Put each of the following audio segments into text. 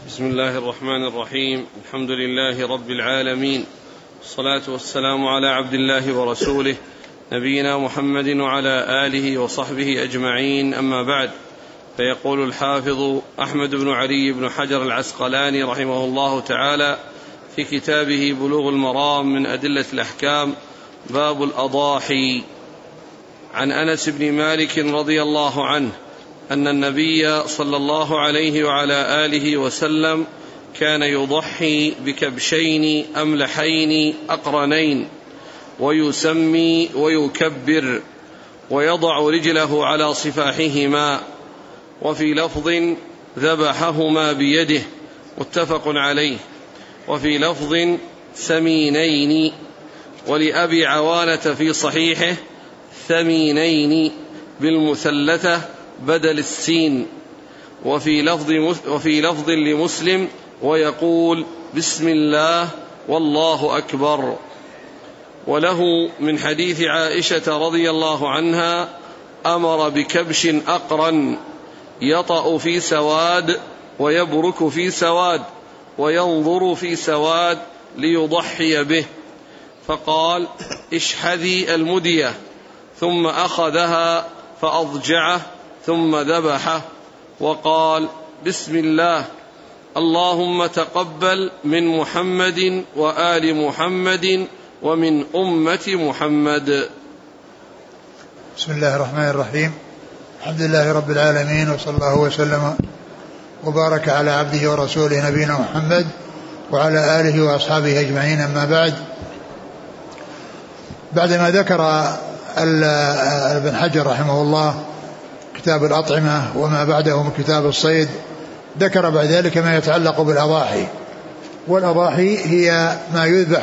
بسم الله الرحمن الرحيم. الحمد لله رب العالمين، والصلاة والسلام على عبد الله ورسوله نبينا محمد وعلى آله وصحبه أجمعين، أما بعد. فيقول الحافظ أحمد بن علي بن حجر العسقلاني رحمه الله تعالى في كتابه بلوغ المرام من أدلة الأحكام: باب الأضاحي. عن أنس بن مالك رضي الله عنه أن النبي صلى الله عليه وعلى آله وسلم كان يضحي بكبشين أملحين أقرنين، ويسمي ويكبر، ويضع رجله على صفاحهما، وفي لفظ ذبحهما بيده، متفق عليه. وفي لفظ ثمينين، ولأبي عوانة في صحيحه ثمينين بالمثلثة بدل السين. وفي لفظ لمسلم: ويقول بسم الله والله أكبر. وله من حديث عائشة رضي الله عنها: أمر بكبش أقرن يطأ في سواد ويبرك في سواد وينظر في سواد ليضحي به، فقال: اشحذي المدية، ثم أخذها فأضجعه ثم ذبحه، وقال: بسم الله، اللهم تقبل من محمد وآل محمد ومن أمة محمد. بسم الله الرحمن الرحيم. الحمد لله رب العالمين، وصلى الله وسلم وبارك على عبده ورسوله نبينا محمد وعلى آله وأصحابه أجمعين، أما بعد. بعدما ذكر ابن حجر رحمه الله كتاب الأطعمة وما بعده من كتاب الصيد، ذكر بعد ذلك ما يتعلق بالأضاحي. والأضاحي هي ما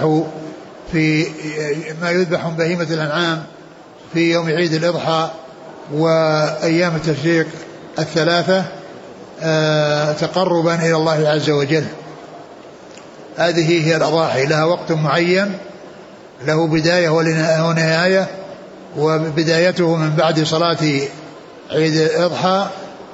يذبح من بهيمة الأنعام في يوم عيد الأضحى وأيام التشريق الثلاثة تقربا إلى الله عز وجل. هذه هي الأضاحي، لها وقت معين، له بداية ونهاية، وبدايته من بعد صلاة عيد الأضحى،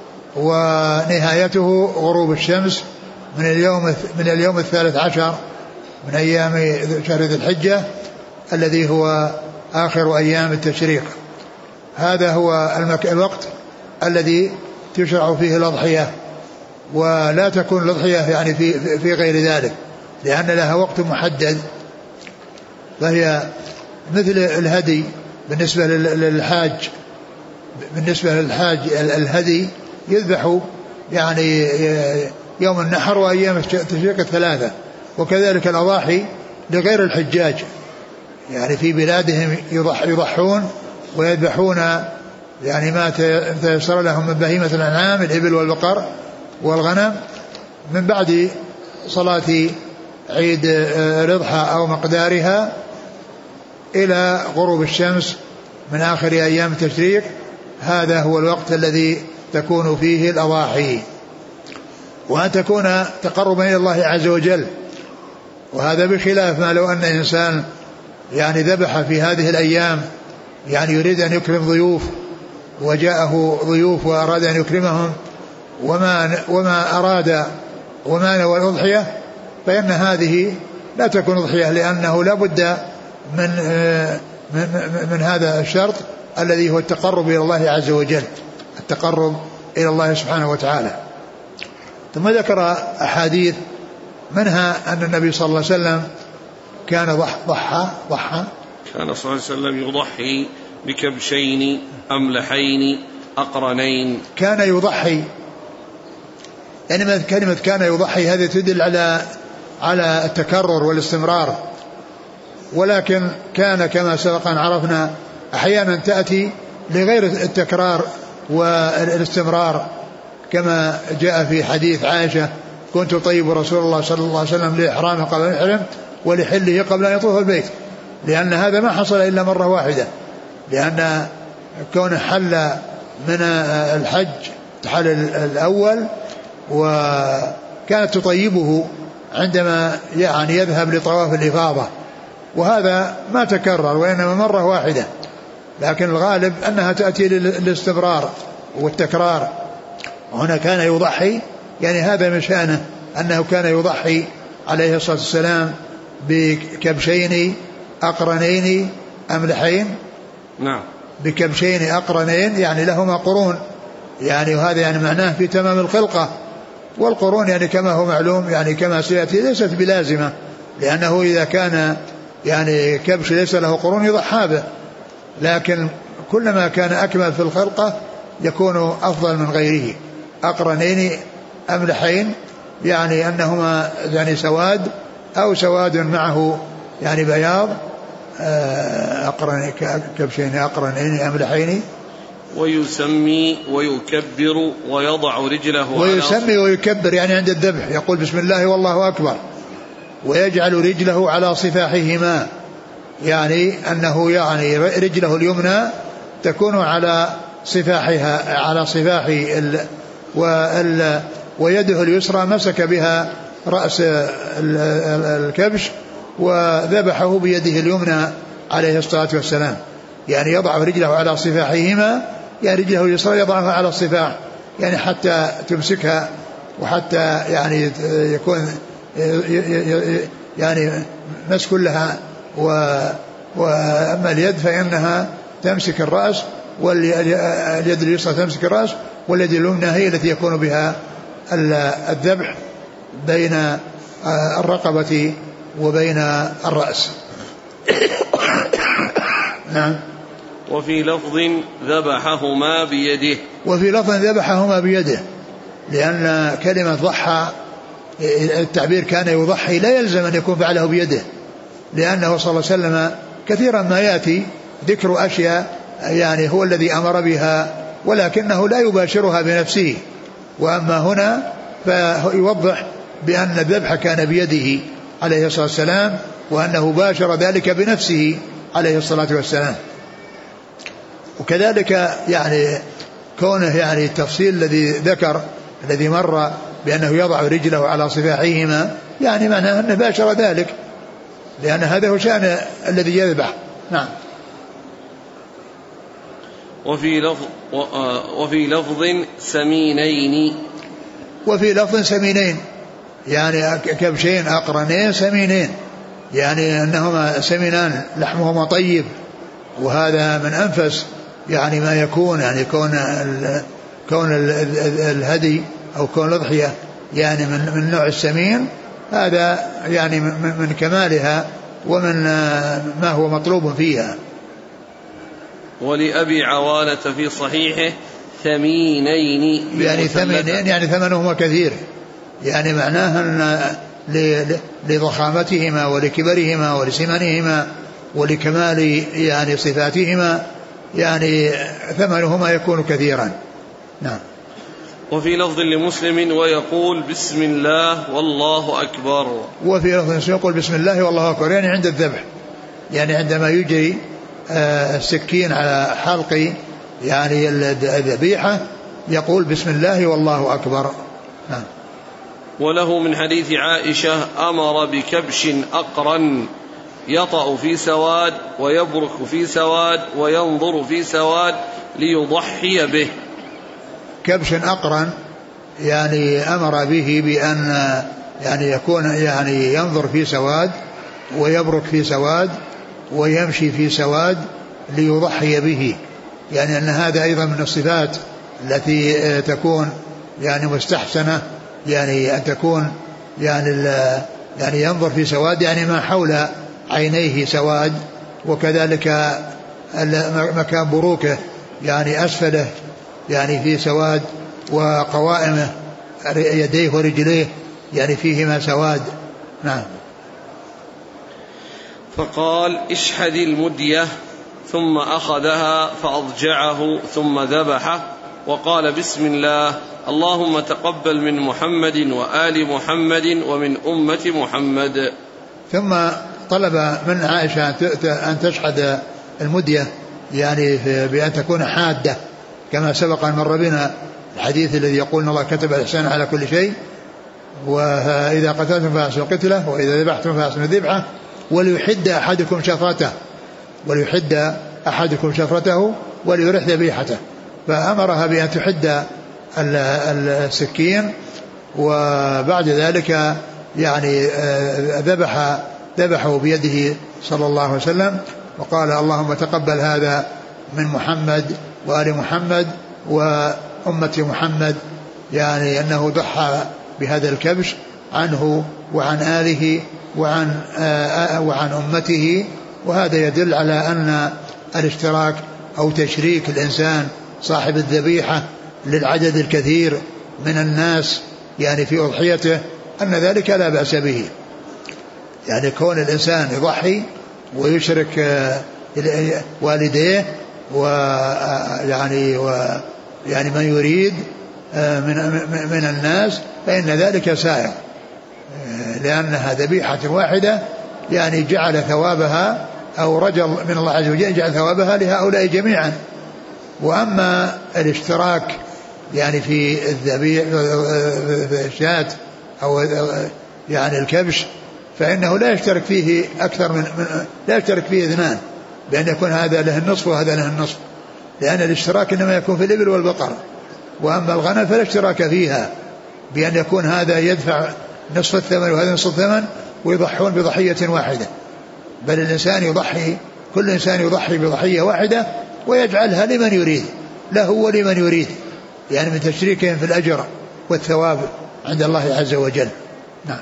ونهايته غروب الشمس من اليوم 13 من أيام شهر ذي الحجة الذي هو آخر أيام التشريق. هذا هو الوقت الذي تشرع فيه الأضحية، ولا تكون الأضحية يعني في غير ذلك، لأن لها وقت محدد. فهي مثل الهدي بالنسبة للحاج الهدي يذبح يعني يوم النحر وأيام التشريق الثلاثة، وكذلك الأضاحي لغير الحجاج، يعني في بلادهم يضحون ويذبحون يعني ما تيسر لهم من بهيمة الأنعام، الإبل والبقر والغنم، من بعد صلاة عيد الأضحى أو مقدارها إلى غروب الشمس من آخر أيام التشريق. هذا هو الوقت الذي تكون فيه الأضاحي، وأن تكون تقربا إلى الله عز وجل. وهذا بخلاف ما لو أن إنسان يعني ذبح في هذه الأيام، يعني يريد أن يكرم ضيوف، وجاءه ضيوف وأراد أن يكرمهم وما أراد وما نوى الأضحية، فإن هذه لا تكون أضحية، لأنه لا بد من هذا الشرط الذي هو التقرب إلى الله عز وجل، التقرب إلى الله سبحانه وتعالى. ثم ذكر أحاديث، منها أن النبي صلى الله عليه وسلم كان ضحى كان صلى الله عليه وسلم يضحي بكبشين أملحين أقرنين. كان يضحي، يعني كلمة كان يضحي هذه تدل على التكرر والاستمرار، ولكن كان كما سبق أن عرفنا أحيانا تأتي لغير التكرار والاستمرار، كما جاء في حديث عائشة: كنت طيب رسول الله صلى الله عليه وسلم لإحرامه قبل أن يحرم ولحله قبل أن يطوف البيت، لأن هذا ما حصل إلا مرة واحدة، لأن كونه حل من الحج حل الأول، وكانت تطيبه عندما يعني يذهب لطواف الإفاضة، وهذا ما تكرر وإنما مرة واحدة، لكن الغالب أنها تأتي للاستمرار والتكرار. وهنا كان يضحي، يعني هذا من شأنه أنه كان يضحي عليه الصلاة والسلام بكبشين أقرنين أملحين. نعم. بكبشين أقرنين يعني لهما قرون، يعني وهذا يعني معناه في تمام الخلقة. والقرون يعني كما هو معلوم يعني كما سيأتي ليست بلازمة، لأنه إذا كان يعني كبش ليس له قرون يضحى به، لكن كلما كان أكمل في الخلقة يكون أفضل من غيره. أقرنين أملحين يعني أنهما يعني سواد أو سواد معه يعني بياض. كبشين أقرنين أملحين. ويسمي ويكبر ويضع رجله ويسمي ويكبر يعني عند الذبح يقول بسم الله والله أكبر، ويجعل رجله على صفاحهما، يعني أنه يعني رجله اليمنى تكون على صفاحها على صفاح ويده اليسرى مسك بها رأس الكبش وذبحه بيده اليمنى عليه الصلاة والسلام. يعني يضع رجله على صفاحهما، يعني رجله اليسرى يضعها على الصفاح يعني حتى تمسكها، وحتى يعني يكون يعني مسك لها. وأما اليد فإنها تمسك الرأس، واليد اليسرى تمسك الرأس، واليد اليمنى هي التي يكون بها الذبح بين الرقبة وبين الرأس. نعم. وفي لفظ ذبحهما بيده. وفي لفظ ذبحهما بيده، لأن كلمة ضحى التعبير كان يضحي لا يلزم أن يكون فعله بيده، لأنه صلى الله عليه وسلم كثيرا ما يأتي ذكر أشياء يعني هو الذي أمر بها ولكنه لا يباشرها بنفسه، وأما هنا فيوضح بأن الذبح كان بيده عليه الصلاة والسلام، وأنه باشر ذلك بنفسه عليه الصلاة والسلام. وكذلك يعني كونه يعني التفصيل الذي ذكر الذي مر بأنه يضع رجله على صفاحهما يعني معناه أنه باشر ذلك، لأن هذا هو شأن الذي يذبح. نعم. وفي لفظ سمينين. وفي لفظ سمينين يعني كبشين أقرنين سمينين، يعني أنهما سمينان لحمهما طيب، وهذا من أنفس يعني ما يكون، يعني كون الهدي أو كون الأضحية يعني من نوع السمين، هذا يعني من كمالها ومن ما هو مطلوب فيها. ولأبي عوانة في صحيحه ثمينين يعني ثمينين يعني ثمنهما كثير، يعني معناها أن لضخامتهما ولكبرهما ولسمنهما ولكمال يعني صفاتهما يعني ثمنهما يكون كثيرا. نعم. وفي لفظ لمسلم ويقول بسم الله والله أكبر. وفي لفظ يقول بسم الله والله أكبر يعني عند الذبح، يعني عندما يجري السكين على حلق يعني الذبيحة يقول بسم الله والله أكبر. نعم. وله من حديث عائشة أمر بكبش أقرن يطأ في سواد ويبرك في سواد وينظر في سواد ليضحي به. كبش أقرن يعني أمر به بأن يعني يكون يعني ينظر في سواد ويبرك في سواد ويمشي في سواد ليضحي به، يعني أن هذا أيضا من الصفات التي تكون يعني مستحسنة، يعني أن تكون يعني ينظر في سواد يعني ما حول عينيه سواد، وكذلك مكان بروكه يعني أسفله يعني في سواد، وقوائمه يديه ورجليه يعني فيهما سواد. نعم. فقال اشحذ المدية ثم أخذها فأضجعه ثم ذبحه وقال بسم الله اللهم تقبل من محمد وآل محمد ومن أمة محمد. ثم طلب من عائشة أن تشحذ المدية يعني بأن تكون حادة كما سبق أن مر بنا الحديث الذي يقول إن الله كتب الإحسان على كل شيء، وإذا قتلتم فأحسنوا القتلة وإذا ذبحتم فأحسنوا الذبحة وليحد أحدكم شفرته وليرح ذبيحته. فأمرها بأن تحد السكين وبعد ذلك يعني ذبحه بيده صلى الله عليه وسلم، وقال اللهم تقبل هذا من محمد وآل محمد وأمة محمد، يعني أنه ضحى بهذا الكبش عنه وعن آله وعن أمته. وهذا يدل على أن الاشتراك أو تشريك الإنسان صاحب الذبيحة للعدد الكثير من الناس يعني في أضحيته أن ذلك لا بأس به. يعني كون الإنسان يضحي ويشرك والديه ويعني من يريد من الناس فإن ذلك سائر، لأنها ذبيحة واحدة يعني جعل ثوابها أو رجل من الله عز وجل جعل ثوابها لهؤلاء جميعا. وأما الاشتراك يعني في الشاة أو يعني الكبش فإنه لا يشترك فيه أكثر من لا يشترك فيه اثنان، بأن يكون هذا له النصف وهذا له النصف، لأن الاشتراك إنما يكون في الإبل والبقر. وأما الغنم فلا اشتراك فيها، بأن يكون هذا يدفع نصف الثمن وهذا نصف الثمن ويضحون بضحية واحدة، بل الإنسان يضحي، كل إنسان يضحي بضحية واحدة ويجعلها لمن يريد، له ولمن يريد، يعني من تشريكهم في الأجر والثواب عند الله عز وجل. نعم.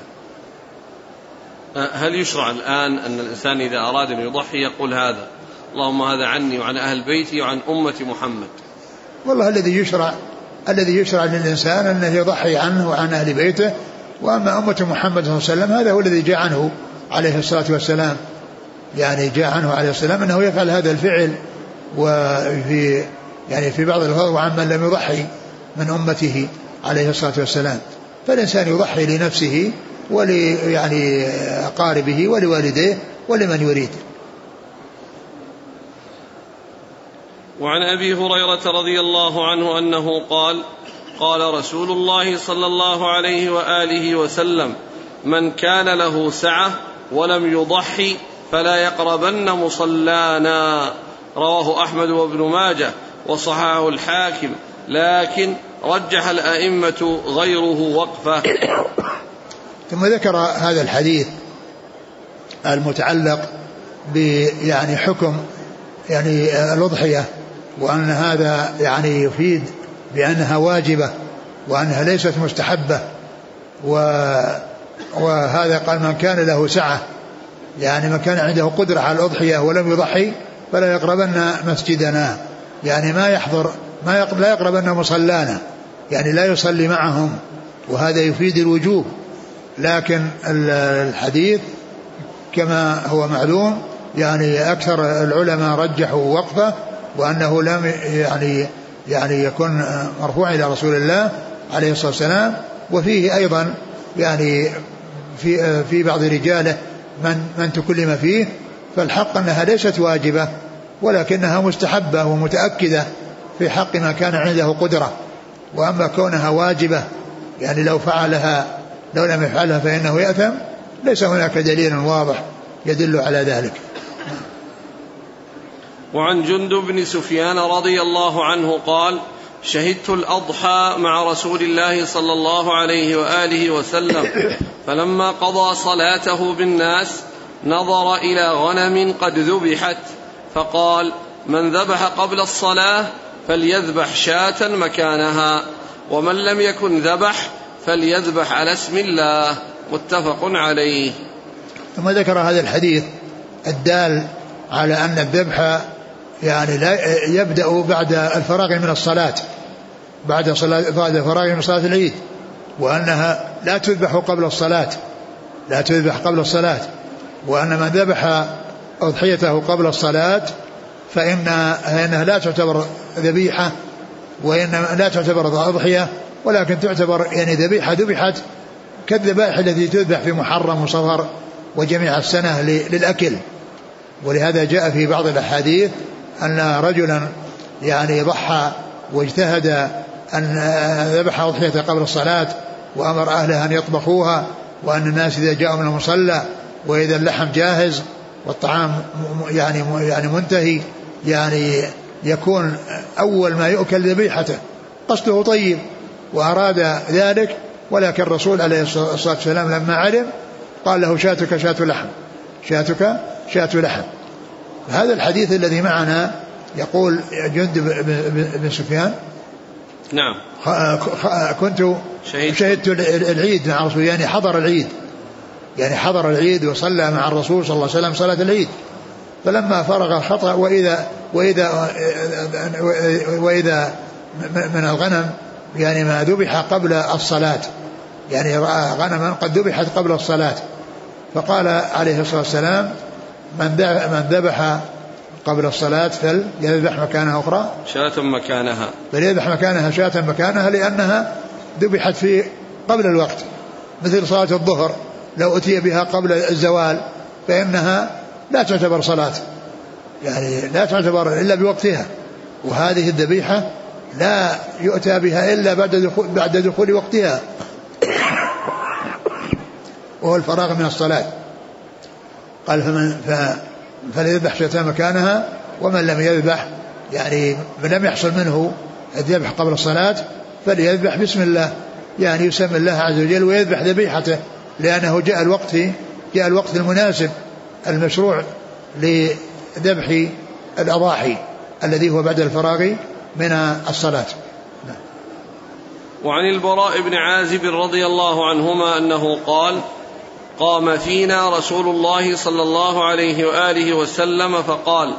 هل يشرع الآن أن الإنسان إذا أراد أن يضحي يقول هذا اللهم هذا عني وعن أهل بيتي وعن أمة محمد؟ والله الذي يشرع للإنسان أنه يضحي عنه وعن أهل بيته، وأما أمة محمد صلى الله عليه وسلم هذا هو الذي جاء عنه عليه الصلاة والسلام، يعني جاء عنه عليه السلام أنه يفعل هذا الفعل، وفي يعني في بعض الألفاظ وعن من لم يضحي من أمته عليه الصلاة والسلام. فالإنسان يضحي لنفسه يعني أقاربه ولوالديه ولمن يريد. وعن أبي هريرة رضي الله عنه أنه قال قال رسول الله صلى الله عليه وآله وسلم من كان له سعة ولم يضحي فلا يقربن مصلانا، رواه أحمد وابن ماجه وصححه الحاكم، لكن رجح الأئمة غيره وقفه. ثم ذكر هذا الحديث المتعلق يعني حكم يعني الأضحية، وأن هذا يعني يفيد بأنها واجبة وأنها ليست مستحبة. وهذا قال من كان له سعة، يعني من كان عنده قدرة على الأضحية ولم يضحي فلا يقربن مسجدنا، يعني لا يقربن مصلانا، يعني لا يصلي معهم، وهذا يفيد الوجوب. لكن الحديث كما هو معلوم يعني أكثر العلماء رجحوا وقفه، وأنه لم يعني يكون مرفوع إلى رسول الله عليه الصلاة والسلام. وفيه أيضا يعني في بعض رجاله من تكلم فيه، فالحق أنها ليست واجبة ولكنها مستحبة ومتأكدة في حق ما كان عنده قدرة. وأما كونها واجبة يعني لو لم يفعلها فإنه يأثم، ليس هناك دليل واضح يدل على ذلك. وعن جندب بن سفيان رضي الله عنه قال شهدت الأضحى مع رسول الله صلى الله عليه وآله وسلم، فلما قضى صلاته بالناس نظر إلى غنم قد ذبحت فقال من ذبح قبل الصلاة فليذبح شاة مكانها، ومن لم يكن ذبح فليذبح على اسم الله، متفق عليه. ثم ذكر هذا الحديث الدال على أن الذبح يعني لا يبدأ بعد الفراغ من الصلاة، بعد الفراغ من صلاة العيد، وأنها لا تذبح قبل الصلاة، وأن من ذبح أضحيته قبل الصلاة فإنها لا تعتبر ذبيحة، وإنما لا تعتبر أضحية، ولكن تعتبر يعني ذبيحة ذبحت كالذبائح التي تذبح في محرم وصفر وجميع السنة للأكل. ولهذا جاء في بعض الأحاديث أن رجلا يعني ضحى واجتهد أن ذبح أضحيته قبل الصلاة، وأمر أهلها أن يطبخوها، وأن الناس إذا جاءوا من المصلى وإذا اللحم جاهز والطعام يعني منتهي يعني يكون أول ما يؤكل ذبيحته، قصده طيب وأراد ذلك، ولكن الرسول عليه الصلاة والسلام لما علم قال له شاتك شات لحم، شاتك شات لحم. هذا الحديث الذي معنا يقول جندب بن سفيان نعم كنت شهدت العيد مع الرسول، يعني حضر العيد وصلى مع الرسول صلى الله عليه وسلم صلاة العيد، فلما فرغ الخطأ وإذا من الغنم يعني ما ذبح قبل الصلاة، يعني رأى غنما قد ذبحت قبل الصلاة، فقال عليه الصلاة والسلام من ذبح قبل الصلاة فليذبح مكانها أخرى شاة مكانها، فليذبح مكانها شاة مكانها، لأنها ذبحت في قبل الوقت، مثل صلاة الظهر لو أتي بها قبل الزوال فإنها لا تعتبر صلاة، يعني لا تعتبر إلا بوقتها، وهذه الذبيحة لا يؤتى بها إلا بعد دخول وقتها وهو الفراغ من الصلاة. قال فليذبح شاة مكانها، ومن لم يذبح يعني من لم يحصل منه الذبح قبل الصلاة فليذبح بسم الله، يعني يسمي الله عز وجل ويذبح ذبيحته، لأنه جاء الوقت المناسب المشروع لذبح الأضاحي الذي هو بعد الفراغ من الصلاة. وعن البراء بن عازب رضي الله عنهما أنه قال قام فينا رسول الله صلى الله عليه وآله وسلم فقال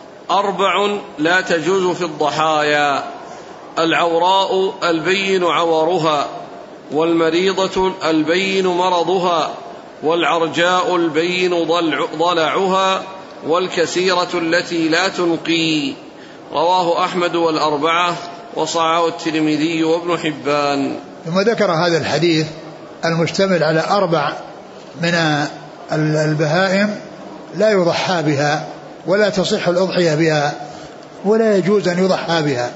4 لا تجوز في الضحايا: العوراء البين عورها، والمريضة البين مرضها، والعرجاء البين ضلعها، والكسيرة التي لا تنقي. رواه أحمد والأربعة وصححه الترمذي وابن حبان. ثم ذكر هذا الحديث المشتمل على 4 من البهائم لا يضحى بها ولا تصح الأضحية بها ولا يجوز أن يضحى بها.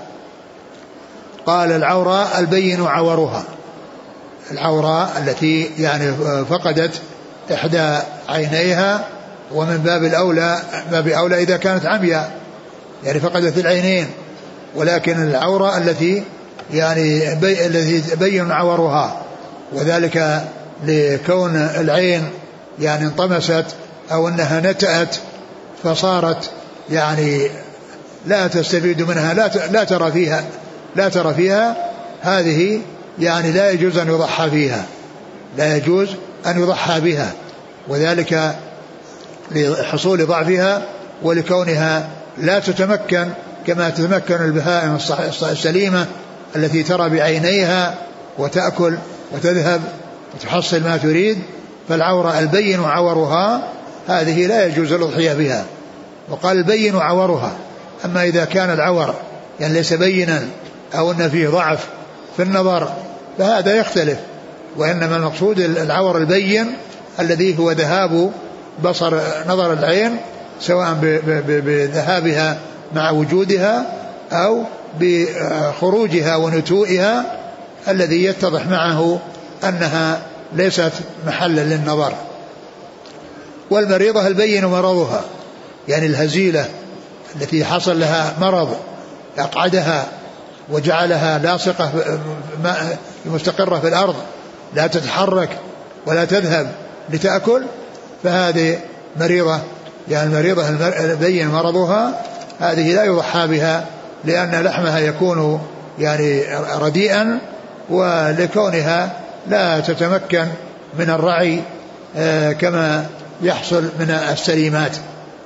قال العوراء البين عورها، العوراء التي يعني فقدت إحدى عينيها، ومن باب أولى إذا كانت عمياء يعني فقدت العينين، ولكن العورة التي يعني التي بين عورها، وذلك لكون العين يعني انطمست أو أنها نتأت فصارت يعني لا تستفيد منها، لا ترى فيها هذه يعني لا يجوز أن يضحى فيها، لا يجوز أن يضحى بها، وذلك لحصول ضعفها ولكونها لا تتمكن كما تتمكن البهائم السليمة التي ترى بعينيها وتأكل وتذهب وتحصل ما تريد. فالعورة البين عورها هذه لا يجوز الأضحية بها. وقال البين عورها، أما إذا كان العور يعني ليس بينا أو أن فيه ضعف في النظر فهذا يختلف، وإنما المقصود العور البين الذي هو ذهاب بصر نظر العين سواء بذهابها مع وجودها أو بخروجها ونتوئها الذي يتضح معه أنها ليست محلا للنظر. والمريضة البين مرضها، يعني الهزيلة التي حصل لها مرض أقعدها وجعلها لاصقة مستقرة في الأرض لا تتحرك ولا تذهب لتأكل، فهذه مريضة، يعني المريضة البين مرضها هذه لا يضحى بها لأن لحمها يكون يعني رديئا، ولكونها لا تتمكن من الرعي كما يحصل من السليمات.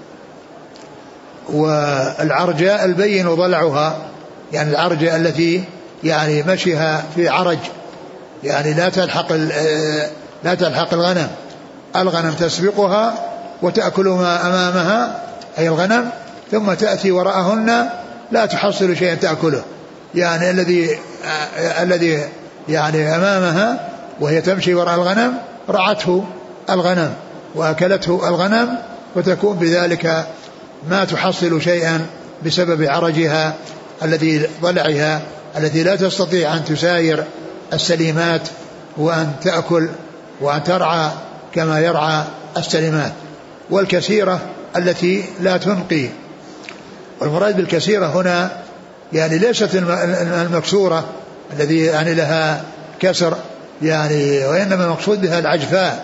والعرجاء البين ضلعها، يعني العرجاء التي يعني مشيها في عرج، يعني لا تلحق الغنم تسبقها وتأكل ما أمامها أي الغنم، ثم تأتي وراءهن لا تحصل شيئا تأكله، يعني الذي يعني أمامها وهي تمشي وراء الغنم رعته الغنم وأكلته الغنم، وتكون بذلك ما تحصل شيئا بسبب عرجها الذي ضلعها التي لا تستطيع أن تساير السليمات وأن تأكل وأن ترعى كما يرعى السليمات. والكثيرة التي لا تنقي، والمراد بالكثيرة هنا يعني ليست المكسورة الذي يعني لها كسر يعني وإنما المقصود بها العجفاء،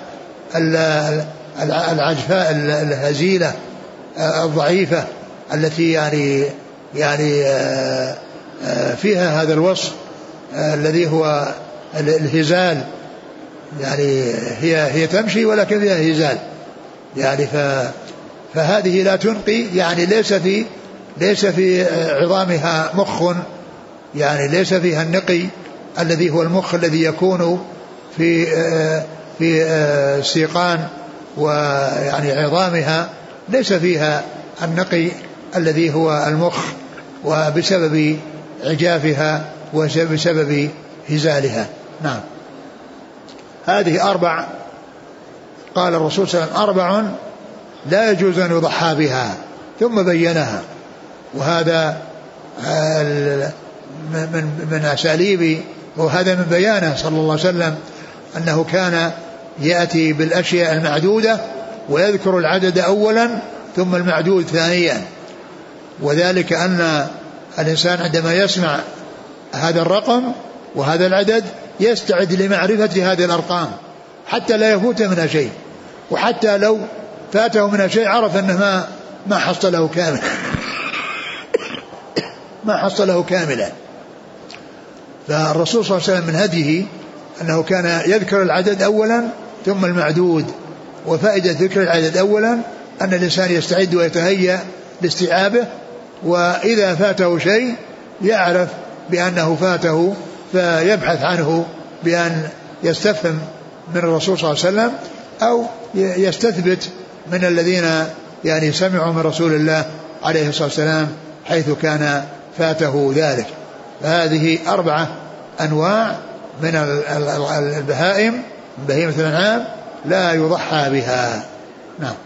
العجفاء الهزيلة الضعيفة التي يعني فيها هذا الوصف الذي هو الهزال، يعني هي تمشي ولكن فيها هزال، يعني فهذه لا تنقي، يعني ليس في عظامها مخ، يعني ليس فيها النقي الذي هو المخ الذي يكون في السيقان ويعني عظامها، ليس فيها النقي الذي هو المخ، وبسبب عجافها وبسبب هزالها. نعم. هذه 4 قال الرسول صلى الله عليه وسلم 4 لا يجوز أن يضحى بها، ثم بينها. وهذا من أساليب، وهذا من بيانه صلى الله عليه وسلم أنه كان يأتي بالأشياء المعدودة ويذكر العدد أولا ثم المعدود ثانيا، وذلك أن الإنسان عندما يسمع هذا الرقم وهذا العدد يستعد لمعرفة هذه الأرقام حتى لا يفوت منها شيء، وحتى لو فاته منها شيء عرف أنه ما حصله كاملا ما حصله كاملا. فالرسول صلى الله عليه وسلم من هديه أنه كان يذكر العدد أولا ثم المعدود، وفائدة ذكر العدد أولا أن الإنسان يستعد ويتهيأ لاستيعابه، وإذا فاته شيء يعرف بأنه فاته فيبحث عنه بأن يستفهم من الرسول صلى الله عليه وسلم أو يستثبت من الذين يعني سمعوا من رسول الله عليه الصلاة والسلام حيث كان فاته ذلك. فهذه 4 أنواع من البهائم، بهيمة الأنعام لا يضحى بها. نعم.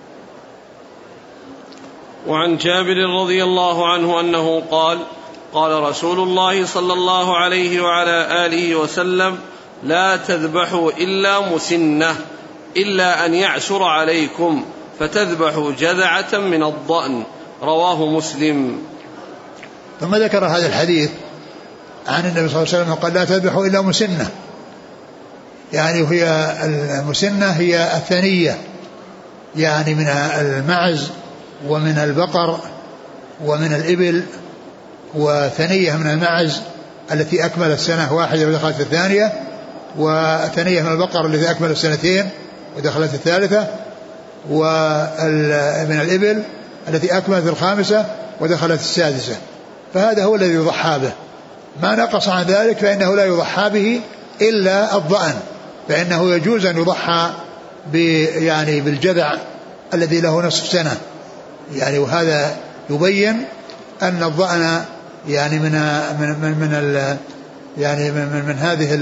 وعن جابر رضي الله عنه أنه قال: قال رسول الله صلى الله عليه وعلى آله وسلم: لا تذبحوا إلا مسنة إلا أن يعسر عليكم فتذبحوا جذعة من الضأن. رواه مسلم. ثم ذكر هذا الحديث عن النبي صلى الله عليه وسلم قال: لا تذبحوا إلا مسنة، يعني هي المسنة هي الثنية، يعني من المعز ومن البقر ومن الإبل، وثنية من المعز التي أكملت سنة واحدة ودخلت الثانية، وثنية من البقر التي أكملت سنتين ودخلت الثالثة، ومن الإبل التي أكملت الخامسة ودخلت السادسة. فهذا هو الذي يضحى به، ما نقص عن ذلك فإنه لا يضحى به إلا الضأن، فإنه يجوز أن يضحى يعني بالجذع الذي له نصف سنة، يعني وهذا يبين أن الضأن يعني من هذه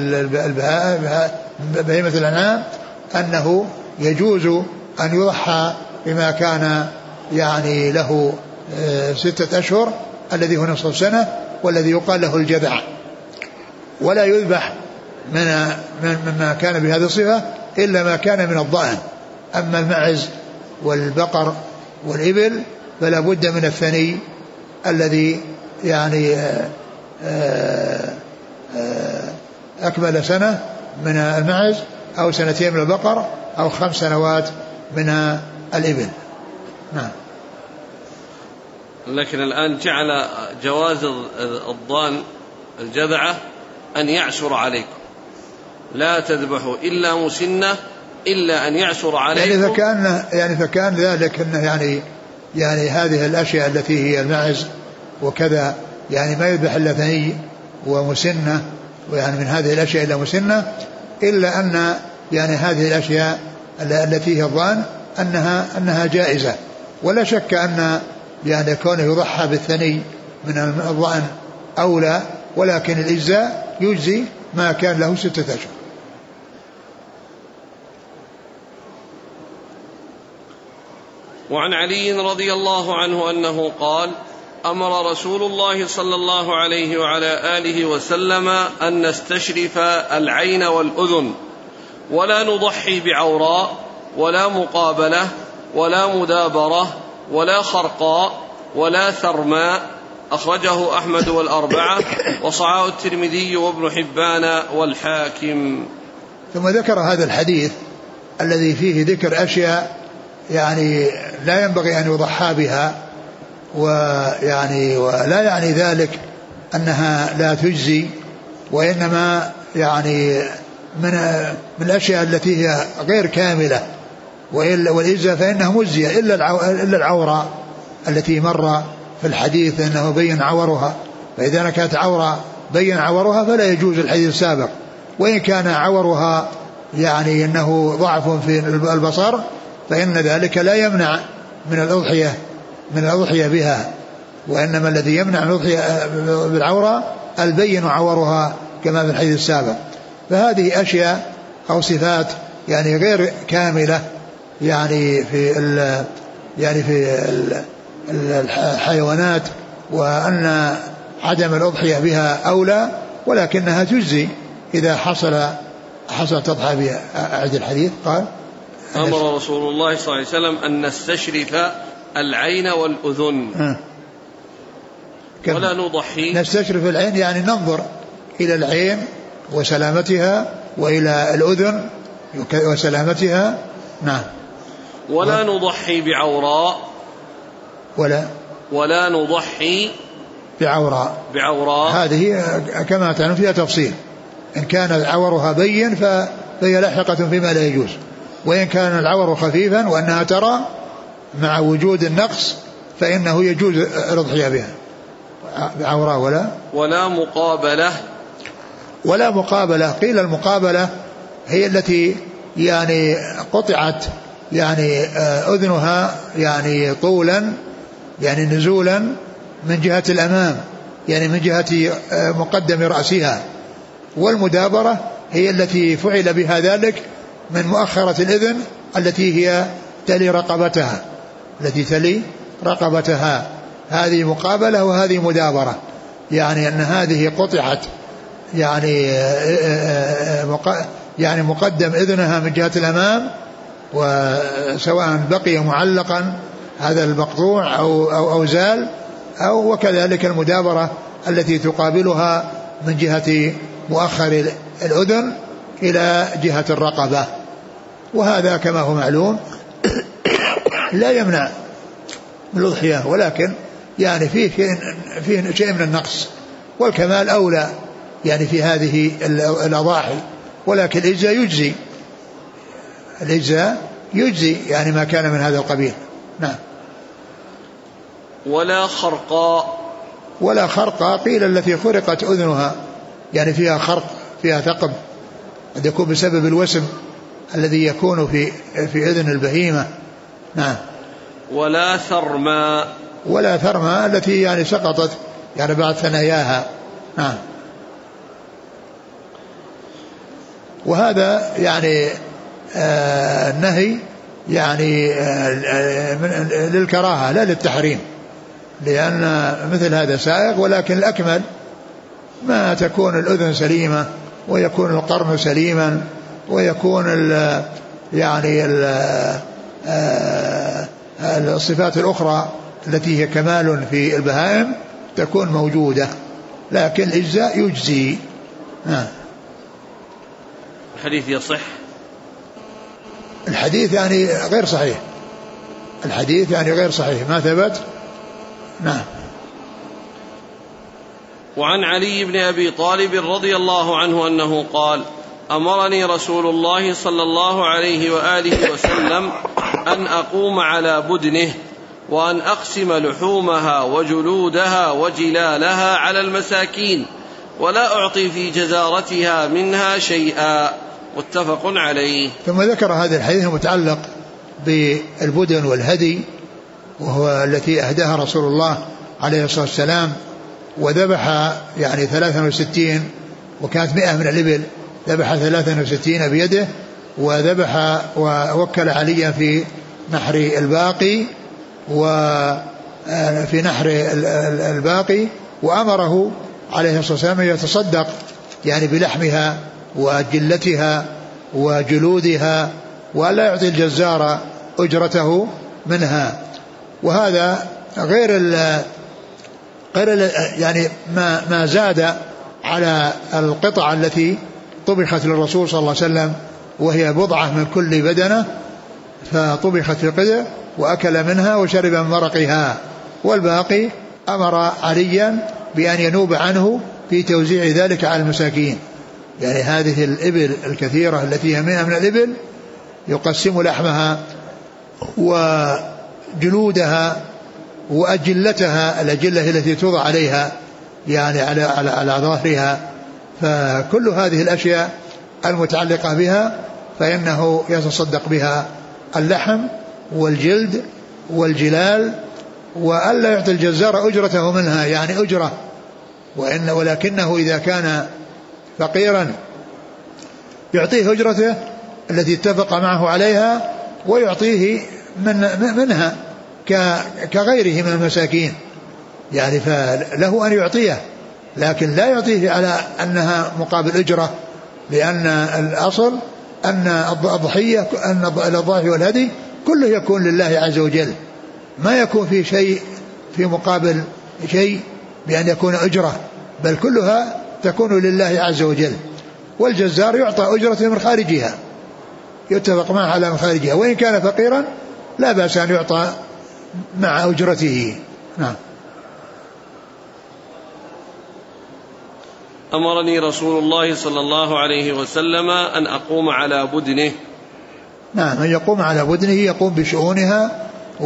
بهيمة الأنعام أنه يجوز أن يضحى بما كان يعني له 6 أشهر الذي هو نصف سنة والذي يقال له الجذع، ولا يذبح مما كان بهذه الصفة إلا ما كان من الضأن. أما المعز والبقر والإبل فلا بد من الثني الذي يعني أكمل سنة من المعز أو 2 من البقر أو 5 سنوات من الإبل. نعم. لكن الآن جعل جواز الضان الجذعة أن يعسر عليكم، لا تذبحوا إلا مسنة إلا أن يعسر عليكم، يعني فكان ذلك أنه يعني هذه الأشياء التي هي المعز وكذا يعني ما يذبح إلا ثني ومسنة، ويعني من هذه الأشياء إلا مسنة، إلا أن يعني هذه الأشياء التي هي الضان أنها جائزة، ولا شك أن يعني كونه يضحى بالثني من الضأن أولى، ولكن الإجزاء يجزي ما كان له 6 أشهر. وعن علي رضي الله عنه أنه قال: أمر رسول الله صلى الله عليه وعلى آله وسلم أن نستشرف العين والأذن، ولا نضحي بعوراء ولا مقابلة ولا مدابرة ولا خرقاء ولا ثرماء. أخرجه أحمد والأربعة، وصححه الترمذي وابن حبان والحاكم. ثم ذكر هذا الحديث الذي فيه ذكر أشياء يعني لا ينبغي أن يضحى بها، ويعني ولا يعني ذلك أنها لا تجزي، وإنما يعني من الأشياء التي هي غير كاملة، والإجزاء فإنها مجزية إلا العورة التي مر في الحديث أنه بين عورها، فإذا كانت عورة بين عورها فلا يجوز الحديث السابق، وإن كان عورها يعني أنه ضعف في البصر فإن ذلك لا يمنع من الأضحية بها، وإنما الذي يمنع من الأضحية بالعورة البين عورها كما في الحديث السابق. فهذه أشياء أو صفات يعني غير كاملة يعني في الحيوانات، وأن عدم الأضحية بها أولى، ولكنها تجزي إذا حصل تضحى بها. أعد الحديث. قال أمر رسول الله صلى الله عليه وسلم أن نستشرف العين والأذن ولا نضحي. نستشرف العين يعني ننظر إلى العين وسلامتها، وإلى الأذن وسلامتها. نعم. ولا نضحي بعوراء، ولا نضحي بعوراء. هذه كما تعلم فيها تفصيل، إن كان عورها بين فهي لاحقة فيما لا يجوز، وإن كان العور خفيفا وأنها ترى مع وجود النقص فإنه يجوز الأضحية بها بعوراء. ولا مقابلة. قيل المقابلة هي التي يعني قطعت يعني أذنها يعني طولا يعني نزولا من جهة الأمام، يعني من جهة مقدم رأسها. والمدابرة هي التي فعل بها ذلك من مؤخرة الإذن التي هي تلي رقبتها. هذه مقابلة وهذه مدابرة، يعني أن هذه قطعت يعني مقدم إذنها من جهة الأمام، وسواء بقي معلقا هذا المقطوع أو زال، أو وكذلك المدابرة التي تقابلها من جهة مؤخر الأذن إلى جهة الرقبة. وهذا كما هو معلوم لا يمنع من الأضحية، ولكن يعني فيه شيء من النقص، والكمال أولى يعني في هذه الأضاحي، ولكن الإجزاء يجزي يعني ما كان من هذا القبيل. نعم. ولا خرقاء قيل التي خرقت أذنها يعني فيها خرق، فيها ثقب، قد يكون بسبب الوسم الذي يكون في أذن البهيمة. نعم. ولا ثرما التي يعني سقطت يعني بعد ثناياها. نعم. وهذا يعني النهي يعني للكراهة لا للتحريم، لأن مثل هذا سائغ، ولكن الأكمل ما تكون الأذن سليمة ويكون القرن سليما ويكون يعني الصفات الأخرى التي هي كمال في البهائم تكون موجودة، لكن الإجزاء يجزي. الحديث يصح؟ الحديث يعني غير صحيح، الحديث يعني غير صحيح ما ثبت. نعم. وعن علي بن أبي طالب رضي الله عنه أنه قال: أمرني رسول الله صلى الله عليه وآله وسلم أن أقوم على بدنه وأن أقسم لحومها وجلودها وجلالها على المساكين ولا أعطي في جزارتها منها شيئا. متفق عليه. ثم ذكر هذا الحديث المتعلق بالبدن والهدي، وهو التي أهداها رسول الله عليه الصلاة والسلام، وذبح يعني 63، وكانت 100 من الإبل، ذبح 63 بيده، وذبح ووكل عليا في نحر الباقي وفي نحر الباقي، وأمره عليه الصلاة والسلام أن يتصدق يعني بلحمها وجلتها وجلودها، ولا يعطي الجزار أجرته منها. وهذا غير يعني ما زاد على القطع التي طبخت للرسول صلى الله عليه وسلم وهي بضعة من كل بدنة، فطبخت في قدر وأكل منها وشرب من مرقها، والباقي أمر عليا بأن ينوب عنه في توزيع ذلك على المساكين. يعني هذه الإبل الكثيرة التي هي 100 من الإبل يقسم لحمها وجلودها وأجلتها، الأجلة التي توضع عليها يعني على ظهرها، فكل هذه الأشياء المتعلقة بها فإنه يتصدق بها اللحم والجلد والجلال، وألا يعطي الجزار أجرته منها، يعني أجرة، ولكنه إذا كان فقيرا يعطيه أجرته التي اتفق معه عليها ويعطيه منها كغيره من المساكين، يعني فله أن يعطيه، لكن لا يعطيه على أنها مقابل أجرة، لأن الأصل أن الضحية أن الضحي والهدي كله يكون لله عز وجل، ما يكون في شيء في مقابل شيء بأن يكون أجرة، بل كلها تكون لله عز وجل. والجزار يعطى أجرته من خارجها، يتفق معه على من خارجها، وإن كان فقيرا لا بأس أن يعطى مع أجرته. نعم. أمرني رسول الله صلى الله عليه وسلم أن أقوم على بدنه. نعم، من يقوم على بدنه يقوم بشؤونها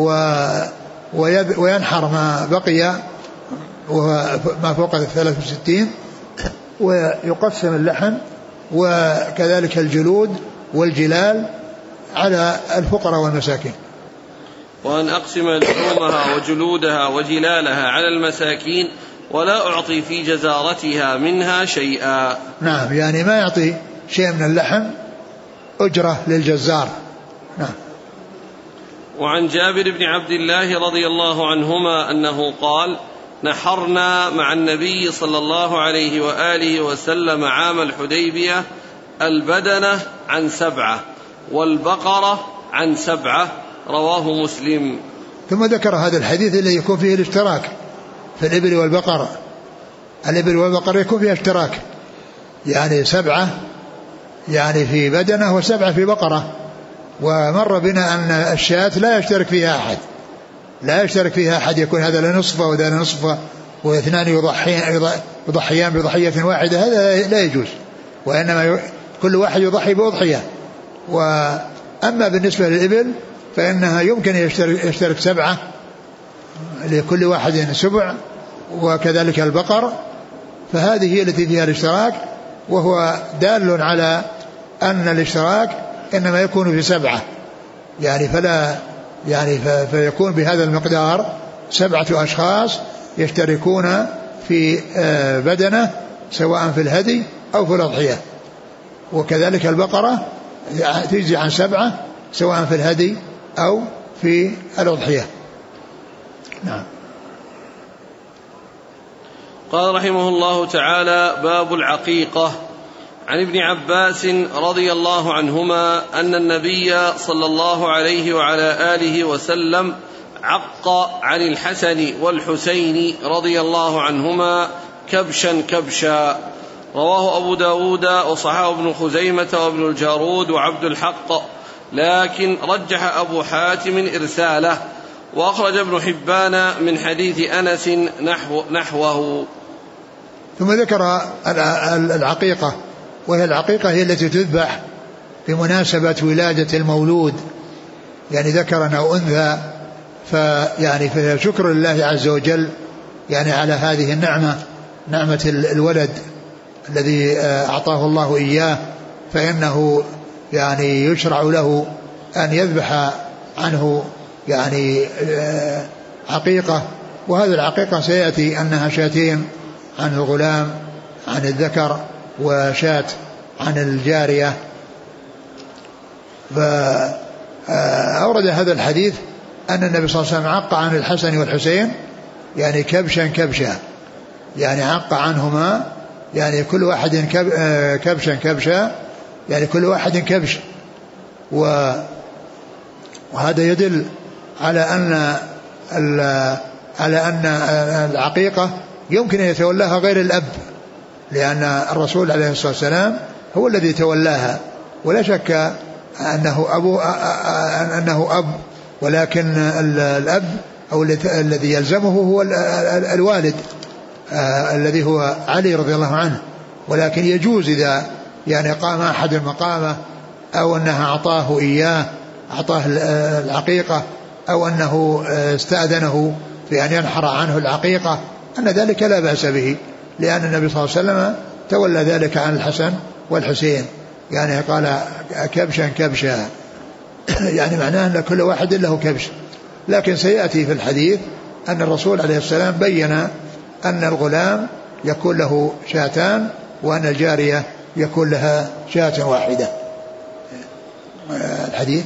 وينحر ما بقي وما فوق 63، ويقسم اللحم وكذلك الجلود والجلال على الفقراء والمساكين. وأن أقسم لحومها وجلودها وجلالها على المساكين ولا أعطي في جزارتها منها شيئا. نعم، يعني ما يعطي شيء من اللحم أجرة للجزار. نعم. وعن جابر بن عبد الله رضي الله عنهما أنه قال: نحرنا مع النبي صلى الله عليه وآله وسلم عام الحديبية البدنة عن 7 والبقرة عن 7، رواه مسلم. ثم ذكر هذا الحديث الذي يكون فيه الاشتراك في الإبل والبقرة. الإبل والبقرة يكون فيها اشتراك، يعني 7 يعني في بدنة و7 في بقرة. ومر بنا أن الشاة لا يشترك فيها أحد، لا يشترك فيها أحد، يكون هذا لنصفه وذا لنصفه واثنان يضحيان بضحية واحدة، هذا لا يجوز، وإنما كل واحد يضحي بأضحية. وأما بالنسبة للإبل فإنها يمكن يشترك 7 لكل واحد 7، وكذلك البقر، فهذه هي التي فيها الاشتراك، وهو دال على أن الاشتراك إنما يكون في 7، يعني فلا يعني فيكون بهذا المقدار 7 أشخاص يشتركون في بدنة سواء في الهدي أو في الأضحية. وكذلك البقرة تجزي عن 7 سواء في الهدي أو في الأضحية. نعم. قال رحمه الله تعالى: باب العقيقة. عن ابن عباس رضي الله عنهما أن النبي صلى الله عليه وعلى آله وسلم عق عن الحسن والحسين رضي الله عنهما كبشا كبشا، رواه أبو داود وصححه ابن خزيمة وابن الجارود وعبد الحق، لكن رجح أبو حاتم إرساله، وأخرج ابن حبان من حديث أنس نحوه. ثم ذكر العقيقة، وهي العقيقة هي التي تذبح بمناسبة ولادة المولود، يعني ذكرا أو أنثى، فيعني فهي شكر لله عز وجل يعني على هذه النعمة، نعمة الولد الذي أعطاه الله إياه، فإنه يعني يشرع له أن يذبح عنه يعني عقيقة. وهذه العقيقة سيأتي أنها 2 عن الغلام عن الذكر وشاة عن الجارية. فأورد هذا الحديث أن النبي صلى الله عليه وسلم عق عن الحسن والحسين يعني كبشا كبشا، يعني عق عنهما يعني كل واحد كبشا كبشا، يعني كل واحد كبش. وهذا يدل على أن العقيقة يمكن أن يتولاها غير الأب، لأن الرسول عليه الصلاة والسلام هو الذي تولاها، ولا شك أنه أب، ولكن الأب أو الذي يلزمه هو الوالد الذي هو علي رضي الله عنه. ولكن يجوز إذا يعني قام أحد مقامه، أو أنها أعطاه العقيقة، أو أنه استأذنه في أن ينحر عنه العقيقة، أن ذلك لا بأس به، لأن النبي صلى الله عليه وسلم تولى ذلك عن الحسن والحسين، يعني قال كبشا كبشا يعني معناه أن كل واحد له كبش. لكن سيأتي في الحديث أن الرسول عليه السلام بين أن الغلام يكون له شاتان، وأن الجارية يكون لها شاة واحدة. الحديث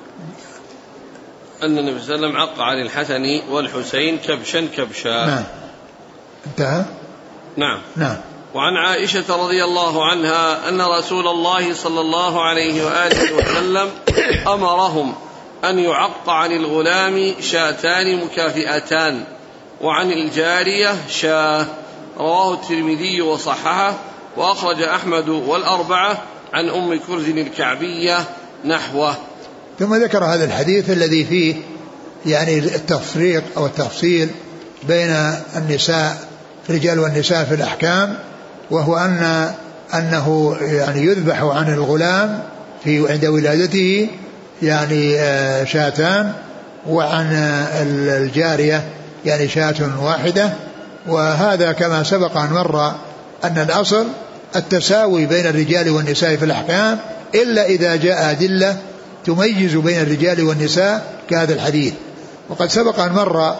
أن النبي صلى الله عليه وسلم عق عن الحسن والحسين كبشا كبشا. نعم. انتهى. نعم. وعن عائشة رضي الله عنها أن رسول الله صلى الله عليه وآله وسلم أمرهم أن يعق عن الغلام شاتان مكافئتان، وعن الجارية شاة. رواه الترمذي وصححه، وأخرج أحمد والأربعة عن أم كرز الكعبية نحوه. ثم ذكر هذا الحديث الذي فيه يعني التفريق أو التفصيل بين النساء، الرجال والنساء في الأحكام، وهو أنه يعني يذبح عن الغلام عند ولادته يعني شاتان، وعن الجارية يعني شاة واحدة. وهذا كما سبق أن مر أن الأصل التساوي بين الرجال والنساء في الأحكام، إلا إذا جاء أدلة تميز بين الرجال والنساء كهذا الحديث. وقد سبق أن مر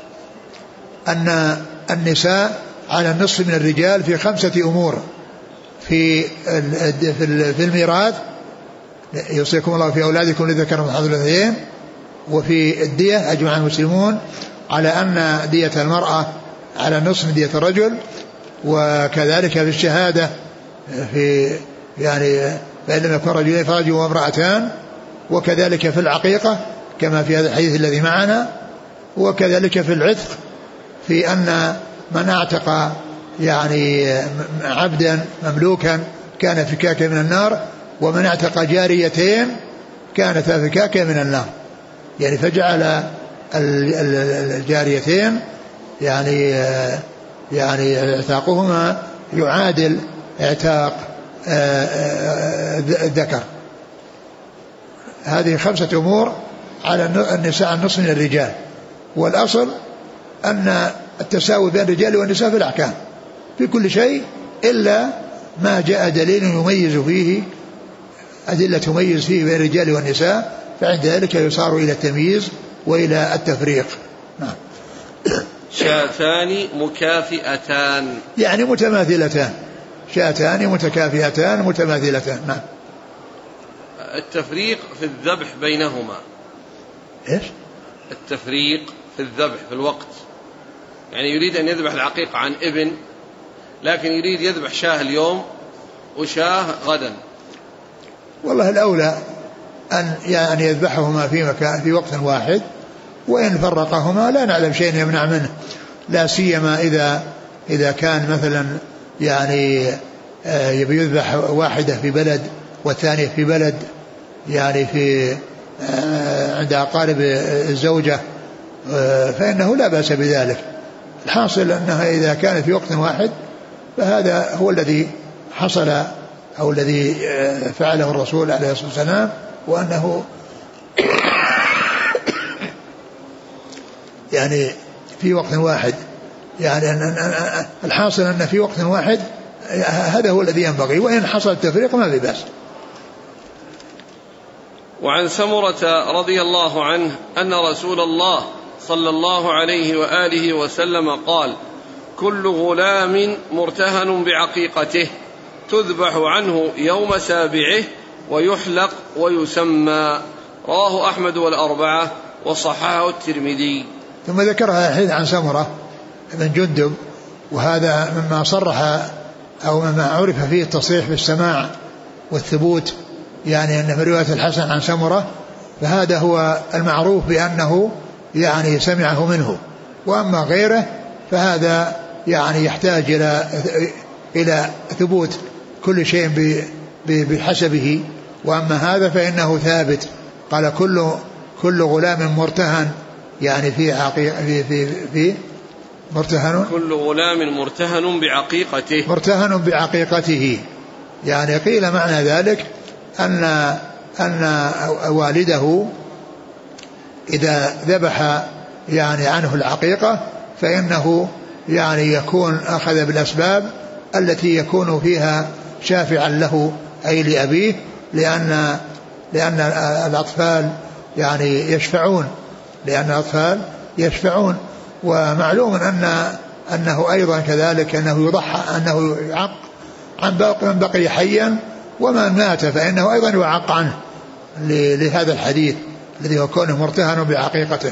أن النساء على النصف من الرجال في 5 أمور: في الميراث يوصيكم الله في أولادكم للذكر مثل حظ الأنثيين، وفي الدية أجمع المسلمون على أن دية المرأة على نصف من دية الرجل، وكذلك في الشهادة في يعني فإن لم يكن رجلين فرجل وامرأتان، وكذلك في العقيقة كما في هذا الحديث الذي معنا، وكذلك في العتق في أن من اعتق يعني عبدا مملوكا كان فكاكا من النار، ومن اعتق جاريتين كانتا فكاكا من النار، يعني فجعل الجاريتين يعني اعتاقهما يعادل اعتاق الذكر. هذه 5 أمور على النساء النصف من الرجال، والأصل أن التساوي بين الرجال والنساء في الأحكام في كل شيء، إلا ما جاء دليل يميز فيه، أدلة تميز فيه بين الرجال والنساء، فعند ذلك يصار إلى التمييز وإلى التفريق. نعم. شاتان مكافئتان يعني متماثلتان، شاتان متكافئتان متماثلتان. نعم. التفريق في الذبح بينهما. إيش؟ التفريق في الذبح في الوقت، يعني يريد أن يذبح العقيقة عن ابن، لكن يريد يذبح شاه اليوم وشاه غدا. والله الأولى أن يعني يذبحهما في مكان في وقت واحد، وإن فرقهما لا نعلم شيء يمنع منه، لا سيما إذا كان مثلا يعني يبي يذبح واحدة في بلد والثانية في بلد، يعني في عند أقارب الزوجة، فإنه لا بأس بذلك. الحاصل أنها إذا كانت في وقت واحد فهذا هو الذي حصل أو الذي فعله الرسول عليه الصلاة والسلام، وأنه يعني في وقت واحد، يعني الحاصل أن في وقت واحد هذا هو الذي ينبغي، وإن حصل التفريق ما في بأس. وعن سمرة رضي الله عنه أن رسول الله صلى الله عليه وآله وسلم قال: كل غلام مرتهن بعقيقته تذبح عنه يوم سابعه ويحلق ويسمى. رواه أحمد والأربعة وصححه الترمذي. ثم ذكرها الحديث عن سمرة بن جندب، وهذا مما صرح أو مما عرف فيه التصريح بالسماع والثبوت، يعني أن في رواية الحسن عن سمرة فهذا هو المعروف بأنه يعني سمعه منه، وأما غيره فهذا يعني يحتاج إلى ثبوت كل شيء بحسبه، وأما هذا فإنه ثابت. قال كل غلام مرتهن، يعني في مرتهن، كل غلام مرتهن بعقيقته. يعني قيل معنى ذلك أن والده إذا ذبح يعني عنه العقيقة فإنه يعني يكون أخذ بالأسباب التي يكون فيها شافعا له أي لأبيه، لأن الأطفال يعني يشفعون، ومعلوم أنه أيضا كذلك أنه يضحى، أنه يعق عن من بقي حيا، ومن مات فإنه أيضا يعق عنه لهذا الحديث الذي هو كونه مرتهن بعقيقته.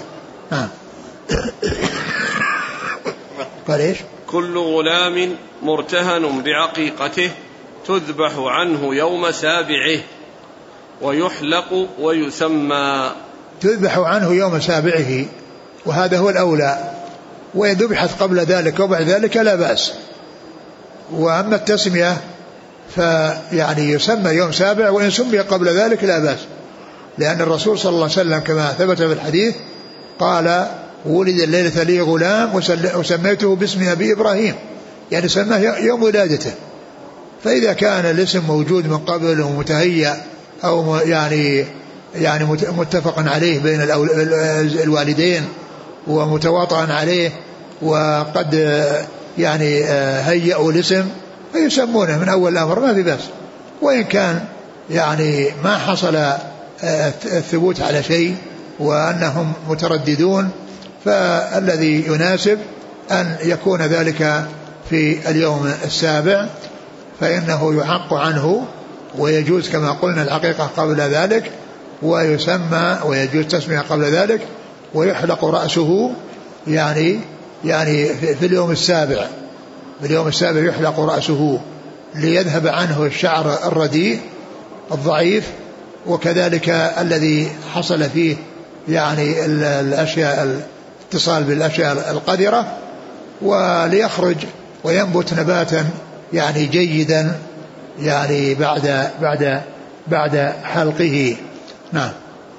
قال إيش؟ كل غلام مرتهن بعقيقته تذبح عنه يوم سابعه ويحلق ويسمى. تذبح عنه يوم سابعه، وهذا هو الأولى، وإن ذبحت قبل ذلك وبعد ذلك لا بأس. وأما التسمية فيعني يسمى يوم سابع، وإن سمي قبل ذلك لا بأس، لأن الرسول صلى الله عليه وسلم كما ثبت في الحديث قال ولد الليلة لي غلام وسميته باسم أبي إبراهيم، يعني سماه يوم ولادته. فإذا كان الاسم موجود من قبل ومتهيأ أو يعني متفق عليه بين الوالدين ومتواطئ عليه، وقد يعني هيئوا الاسم فيسمونه من أول الأمر ما في بأس. وإن كان يعني ما حصل الثبوت على شيء وأنهم مترددون، فالذي يناسب أن يكون ذلك في اليوم السابع، فإنه يحق عنه، ويجوز كما قلنا العقيقة قبل ذلك، ويسمى ويجوز تسمية قبل ذلك، ويحلق رأسه يعني في اليوم السابع. في اليوم السابع يحلق رأسه ليذهب عنه الشعر الرديء الضعيف، وكذلك الذي حصل فيه يعني الأشياء اتصال بالأشياء القذرة، وليخرج وينبت نباتا يعني جيدا يعني بعد حلقه. نعم.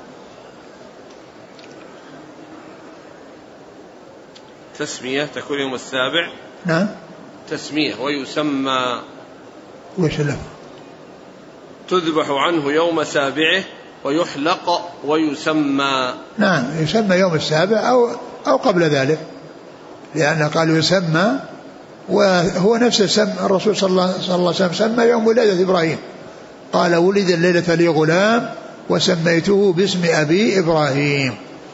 تسمية تكون يوم السابع. نعم. تسمية ويسمى. وش له؟ تذبح عنه يوم سابعه ويحلق ويسمى. نعم، يسمى يوم السابع أو قبل ذلك، لأن قالوا يسمى، وهو نفسه سمى الرسول صلى الله عليه وسلم سمى يوم ولادة إبراهيم، قال ولد الليلة لي غلام وسميته باسم أبي إبراهيم،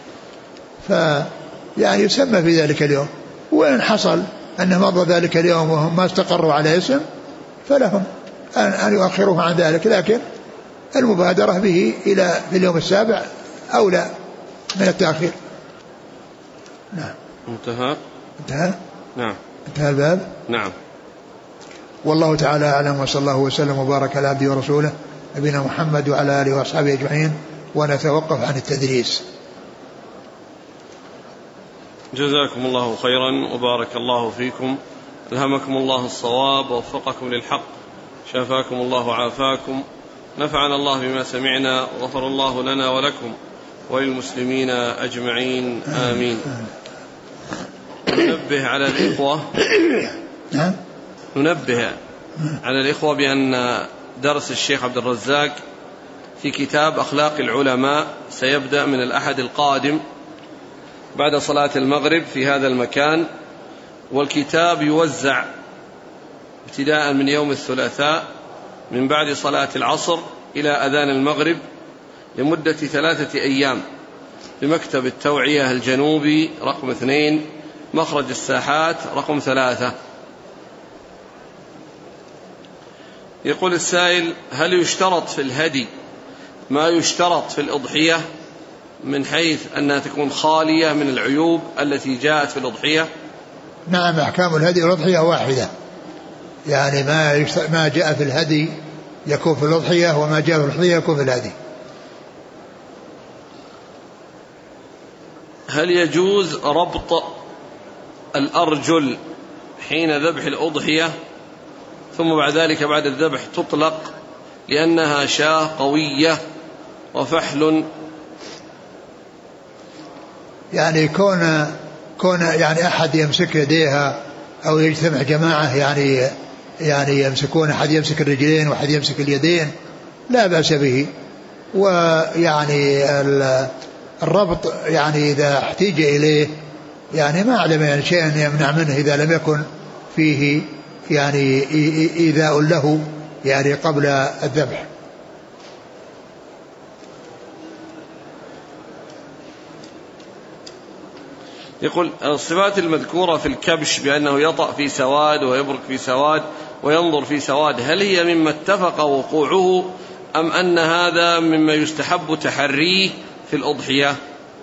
فيعني يسمى في ذلك اليوم. وإن حصل أنه مضى ذلك اليوم وهم ما استقروا على اسم فلهم أن يؤخروه عن ذلك، لكن المبادرة به إلى في اليوم السابع أولى من التأخير. نعم. انتهى. نعم. انتهى الباب. نعم. والله تعالى أعلم، وصلى الله وسلم وبارك على عبده ورسوله نبينا محمد وعلى آله وأصحابه أجمعين، ونتوقف عن التدريس. جزاكم الله خيرا وبارك الله فيكم، ألهمكم الله الصواب ووفقكم للحق، شافاكم الله وعافاكم، نفعنا الله بما سمعنا، وغفر الله لنا ولكم وللمسلمين أجمعين، آمين. ننبه على الإخوة بأن درس الشيخ عبد الرزاق في كتاب أخلاق العلماء سيبدأ من الأحد القادم بعد صلاة المغرب في هذا المكان، والكتاب يوزع ابتداء من يوم الثلاثاء من بعد صلاة العصر إلى أذان المغرب لمدة 3 أيام بمكتب التوعية الجنوبي رقم 2 مخرج الساحات رقم 3. يقول السائل: هل يشترط في الهدي ما يشترط في الأضحية من حيث أنها تكون خالية من العيوب التي جاءت في الأضحية؟ نعم، أحكام الهدي والأضحية واحدة، يعني ما جاء في الهدي يكون في الأضحية، وما جاء في الأضحية يكون في الهدي. هل يجوز ربط الأرجل حين ذبح الأضحية ثم بعد ذلك بعد الذبح تطلق لأنها شاة قوية وفحل. يعني كون يعني أحد يمسك يديها أو يجتمع جماعة يعني يمسكون، أحد يمسك الرجلين وأحد يمسك اليدين لا بأس به. ويعني الربط يعني إذا احتيج إليه يعني ما أعلم يعني شيئا يمنع منه إذا لم يكن فيه يعني إيذاء له يعني قبل الذبح. يقول الصفات المذكورة في الكبش بأنه يطأ في سواد ويبرك في سواد وينظر في سواد، هل هي مما اتفق وقوعه أم أن هذا مما يستحب تحريه في الأضحية؟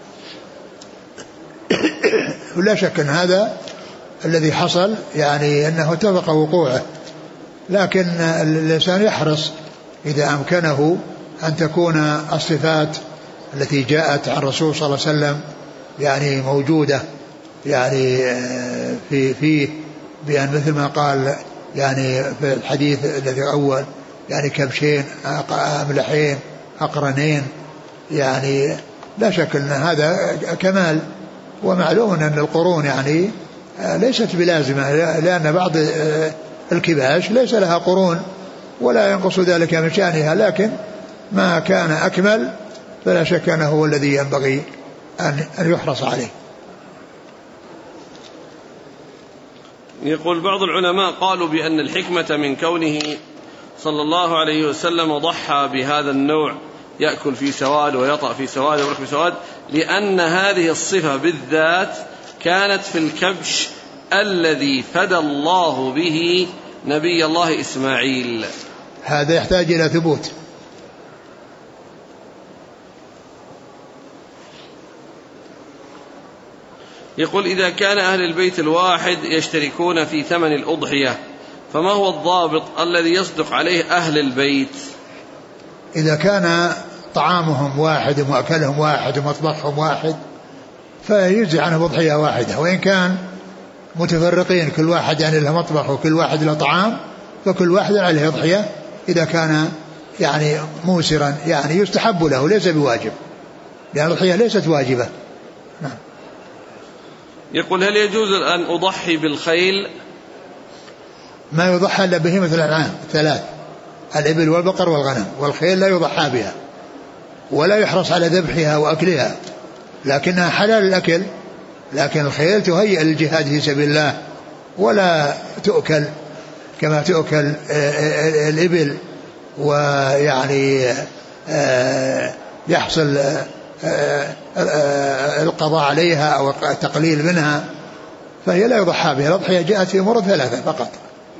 لا شك أن هذا الذي حصل يعني أنه اتفق وقوعه، لكن الإنسان يحرص إذا أمكنه أن تكون الصفات التي جاءت عن الرسول صلى الله عليه وسلم يعني موجودة يعني فيه بأن مثل ما قال يعني في الحديث الذي أول يعني كبشين أملحين أقرنين، يعني لا شك أن هذا كمال. ومعلوم أن القرون يعني ليست بلازمة، لأن بعض الكباش ليس لها قرون ولا ينقص ذلك من شأنها، لكن ما كان أكمل فلا شك أنه هو الذي ينبغي أن يحرص عليه. يقول بعض العلماء قالوا بأن الحكمة من كونه صلى الله عليه وسلم ضحى بهذا النوع يأكل في سواد ويطأ في سواد ويبرك في سواد لأن هذه الصفة بالذات كانت في الكبش الذي فدى الله به نبي الله إسماعيل. هذا يحتاج إلى ثبوت. يقول إذا كان أهل البيت الواحد يشتركون في ثمن الأضحية فما هو الضابط الذي يصدق عليه أهل البيت؟ إذا كان طعامهم واحد ومأكلهم واحد ومطبخهم واحد فيجزي عنه أضحية واحدة، وإن كان متفرقين كل واحد يعني له مطبخ وكل واحد له طعام فكل واحد عليه أضحية إذا كان يعني موسرا يعني يستحب له ليس بواجب، لأن الأضحية ليست واجبة. نعم. يقول هل يجوز أن أضحي بالخيل؟ ما يضحى إلا بهيمة الأنعام ثلاث: الإبل والبقر والغنم، والخيل لا يضحى بها ولا يحرص على ذبحها وأكلها، لكنها حلال الأكل، لكن الخيل تهيئ للجهاد في سبيل الله ولا تؤكل كما تؤكل الإبل، ويعني يحصل القضاء عليها أو التقليل منها، فهي لا يضحى بها. الأضحية جاءت في أمور ثلاثة فقط،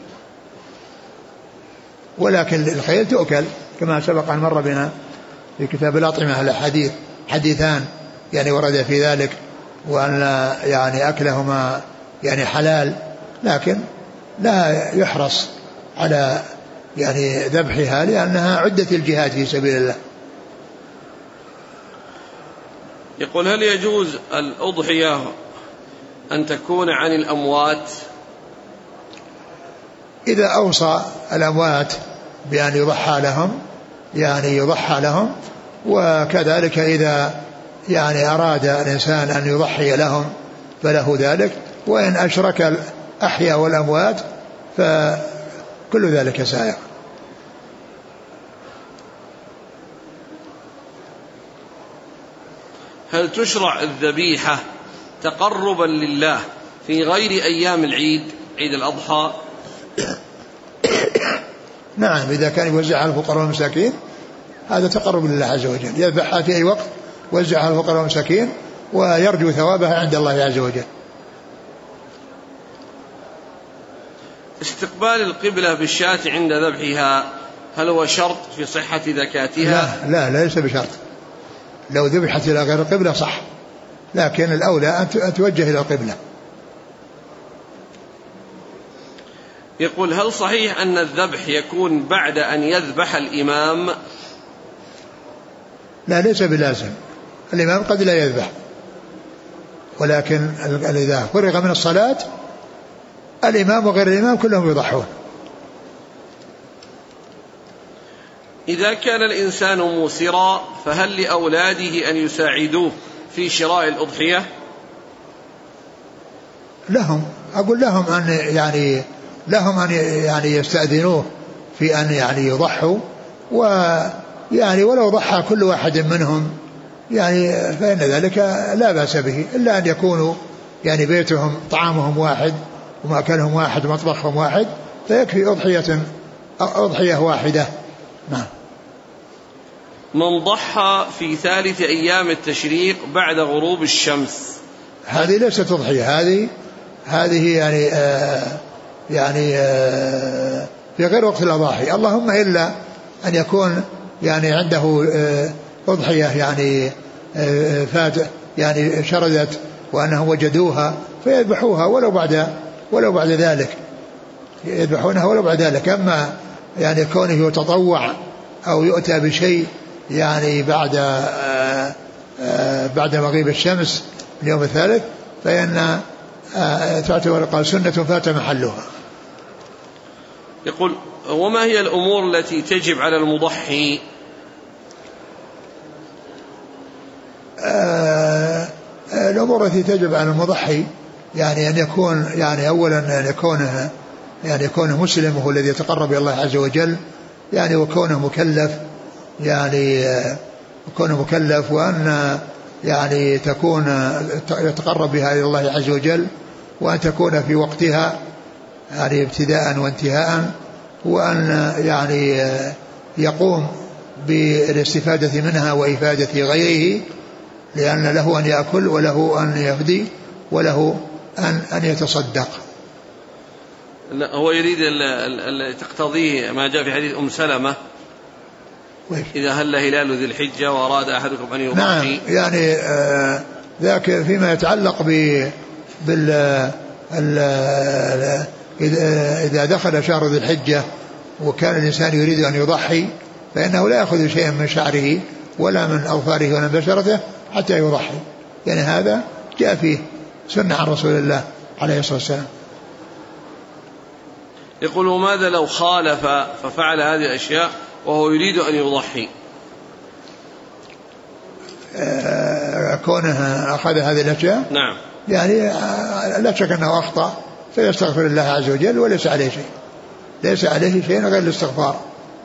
ولكن الخيل تؤكل كما سبق أن مر بنا في كتاب الأطعمة الحديث حديثان يعني ورد في ذلك، وأن يعني أكلهما يعني حلال، لكن لا يحرص على يعني ذبحها لأنها عدة الجهاد في سبيل الله. يقول هل يجوز الأضحية أن تكون عن الأموات؟ إذا أوصى الأموات بأن يضحى لهم يعني يضحى لهم، وكذلك إذا يعني أراد الإنسان أن يضحي لهم فله ذلك، وإن أشرك الأحياء والأموات فكل ذلك سائغ. هل تشرع الذبيحة تقربا لله في غير أيام العيد عيد الأضحى؟ نعم، إذا كان يوزع على الفقراء والمساكين هذا تقرب لله عز وجل، يذبحها في أي وقت وزعها على الفقراء والمساكين ويرجو ثوابها عند الله عز وجل. استقبال القبلة بالشاة عند ذبحها هل هو شرط في صحة زكاتها؟ لا ليس بشرط، لو ذبحت إلى غير القبلة صح، لكن الأولى أن توجه إلى القبلة. يقول هل صحيح أن الذبح يكون بعد أن يذبح الإمام؟ لا ليس بلازم، الإمام قد لا يذبح، ولكن إذا فرغ من الصلاة الإمام وغير الإمام كلهم يضحون. إذا كان الإنسان موسرا فهل لأولاده أن يساعدوه في شراء الأضحية؟ لهم، أقول لهم أن يعني يستأذنوه في أن يعني يضحوا، ويعني ولو ضحى كل واحد منهم يعني فإن ذلك لا بأس به، إلا أن يكونوا يعني بيتهم طعامهم واحد ومأكلهم واحد ومطبخهم واحد، فيكفي أضحية واحدة. نعم. من ضحى في ثالث أيام التشريق بعد غروب الشمس، هذه ليست أضحية، هذه يعني في غير وقت الأضاحي، اللهم إلا أن يكون يعني عنده أضحية يعني فات يعني شردت وأنهم وجدوها فيذبحوها ولو بعد ذلك، يذبحونها ولو بعد ذلك. أما يعني كونه يتطوع أو يؤتى بشيء يعني بعد مغيب الشمس اليوم الثالث فإن تعتبر قال سنة فات محلها. يقول: وما هي الأمور التي تجب على المضحي؟ الأمور التي تجب على المضحي يعني أن يكون يعني أولا أن يكون مسلم وهو الذي يتقرب إلى الله عز وجل، يعني وكونه مكلف يعني كونه مكلف، وأن يعني تكون يتقرب بها إلى الله عز وجل، وأن تكون في وقتها يعني ابتداء وانتهاء، وأن يعني يقوم بالاستفادة منها وإفادة غيره، لأن له أن يأكل وله أن يفدي وله أن يتصدق. لا، هو يريد تقتضيه ما جاء في حديث أم سلمة: إذا هل هلال ذي الحجة وأراد أحدكم أن يضحي. نعم، يعني ذاك فيما يتعلق إذا دخل شهر ذي الحجة وكان الإنسان يريد أن يضحي فإنه لا يأخذ شيئا من شعره ولا من أظفاره ولا من بشرته حتى يضحي، يعني هذا جاء فيه سنة عن رسول الله عليه الصلاة والسلام. يقول: وماذا لو خالف ففعل هذه الأشياء وهو يريد أن يضحي؟ كونه أخذ هذه الأشياء نعم، يعني لا شك أنه أخطأ فيستغفر الله عز وجل وليس عليه شيء، ليس عليه شيء غير الاستغفار.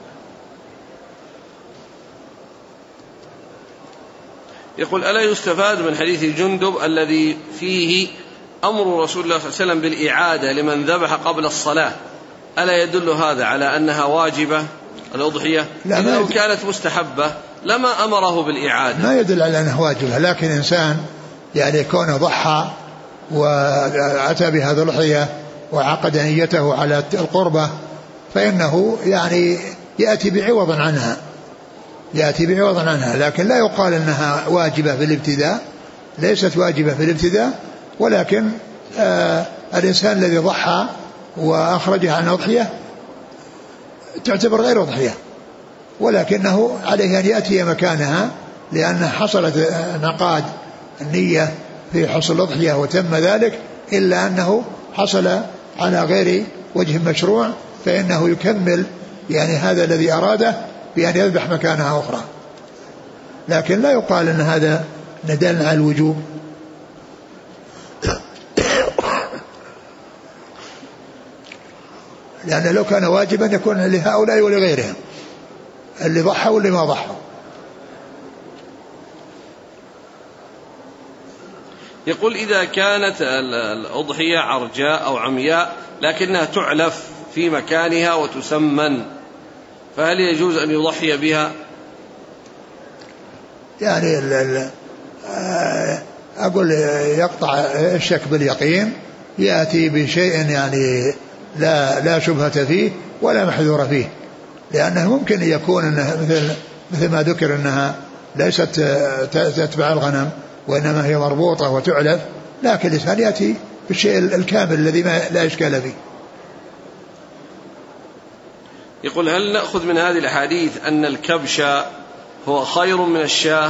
يقول: ألا يستفاد من حديث جندب الذي فيه أمر رسول الله صلى الله عليه وسلم بالإعادة لمن ذبح قبل الصلاة، ألا يدل هذا على أنها واجبة الأضحية؟ لو كانت مستحبة لما أمره بالإعادة. ما يدل على أنها واجبة، لكن إنسان يعني كونه ضحى وأتى بهذا الأضحية وعقد نيته على القربة فإنه يعني يأتي بعوضا عنها، لكن لا يقال أنها واجبة في الابتداء، ليست واجبة في الابتداء، ولكن الإنسان الذي ضحى وأخرجها عن أضحية تعتبر غير أضحية، ولكنه عليه أن يأتي مكانها لأن حصلت نقاد النية في حصل الأضحية وتم ذلك، إلا أنه حصل على غير وجه مشروع فإنه يكمل يعني هذا الذي أراده بأن يذبح مكانها أخرى، لكن لا يقال أن هذا ندل على الوجوب. لأن لو كان واجبا يكون لهؤلاء ولغيرهم، اللي ضحى واللي ما ضحى. يقول: إذا كانت الأضحية عرجاء أو عمياء لكنها تعلف في مكانها وتسمن، فهل يجوز أن يضحي بها؟ يعني أقول يقطع الشك باليقين، يأتي بشيء يعني لا شبهة فيه ولا محذور فيه، لأنه ممكن يكون أنها مثل ما ذكر أنها ليست تتبع الغنم وإنما هي مربوطة وتعلف، لكن الإنسان يأتي بالشيء الكامل الذي لا إشكال فيه. يقول: هل نأخذ من هذه الأحاديث أن الكبش هو خير من الشاة؟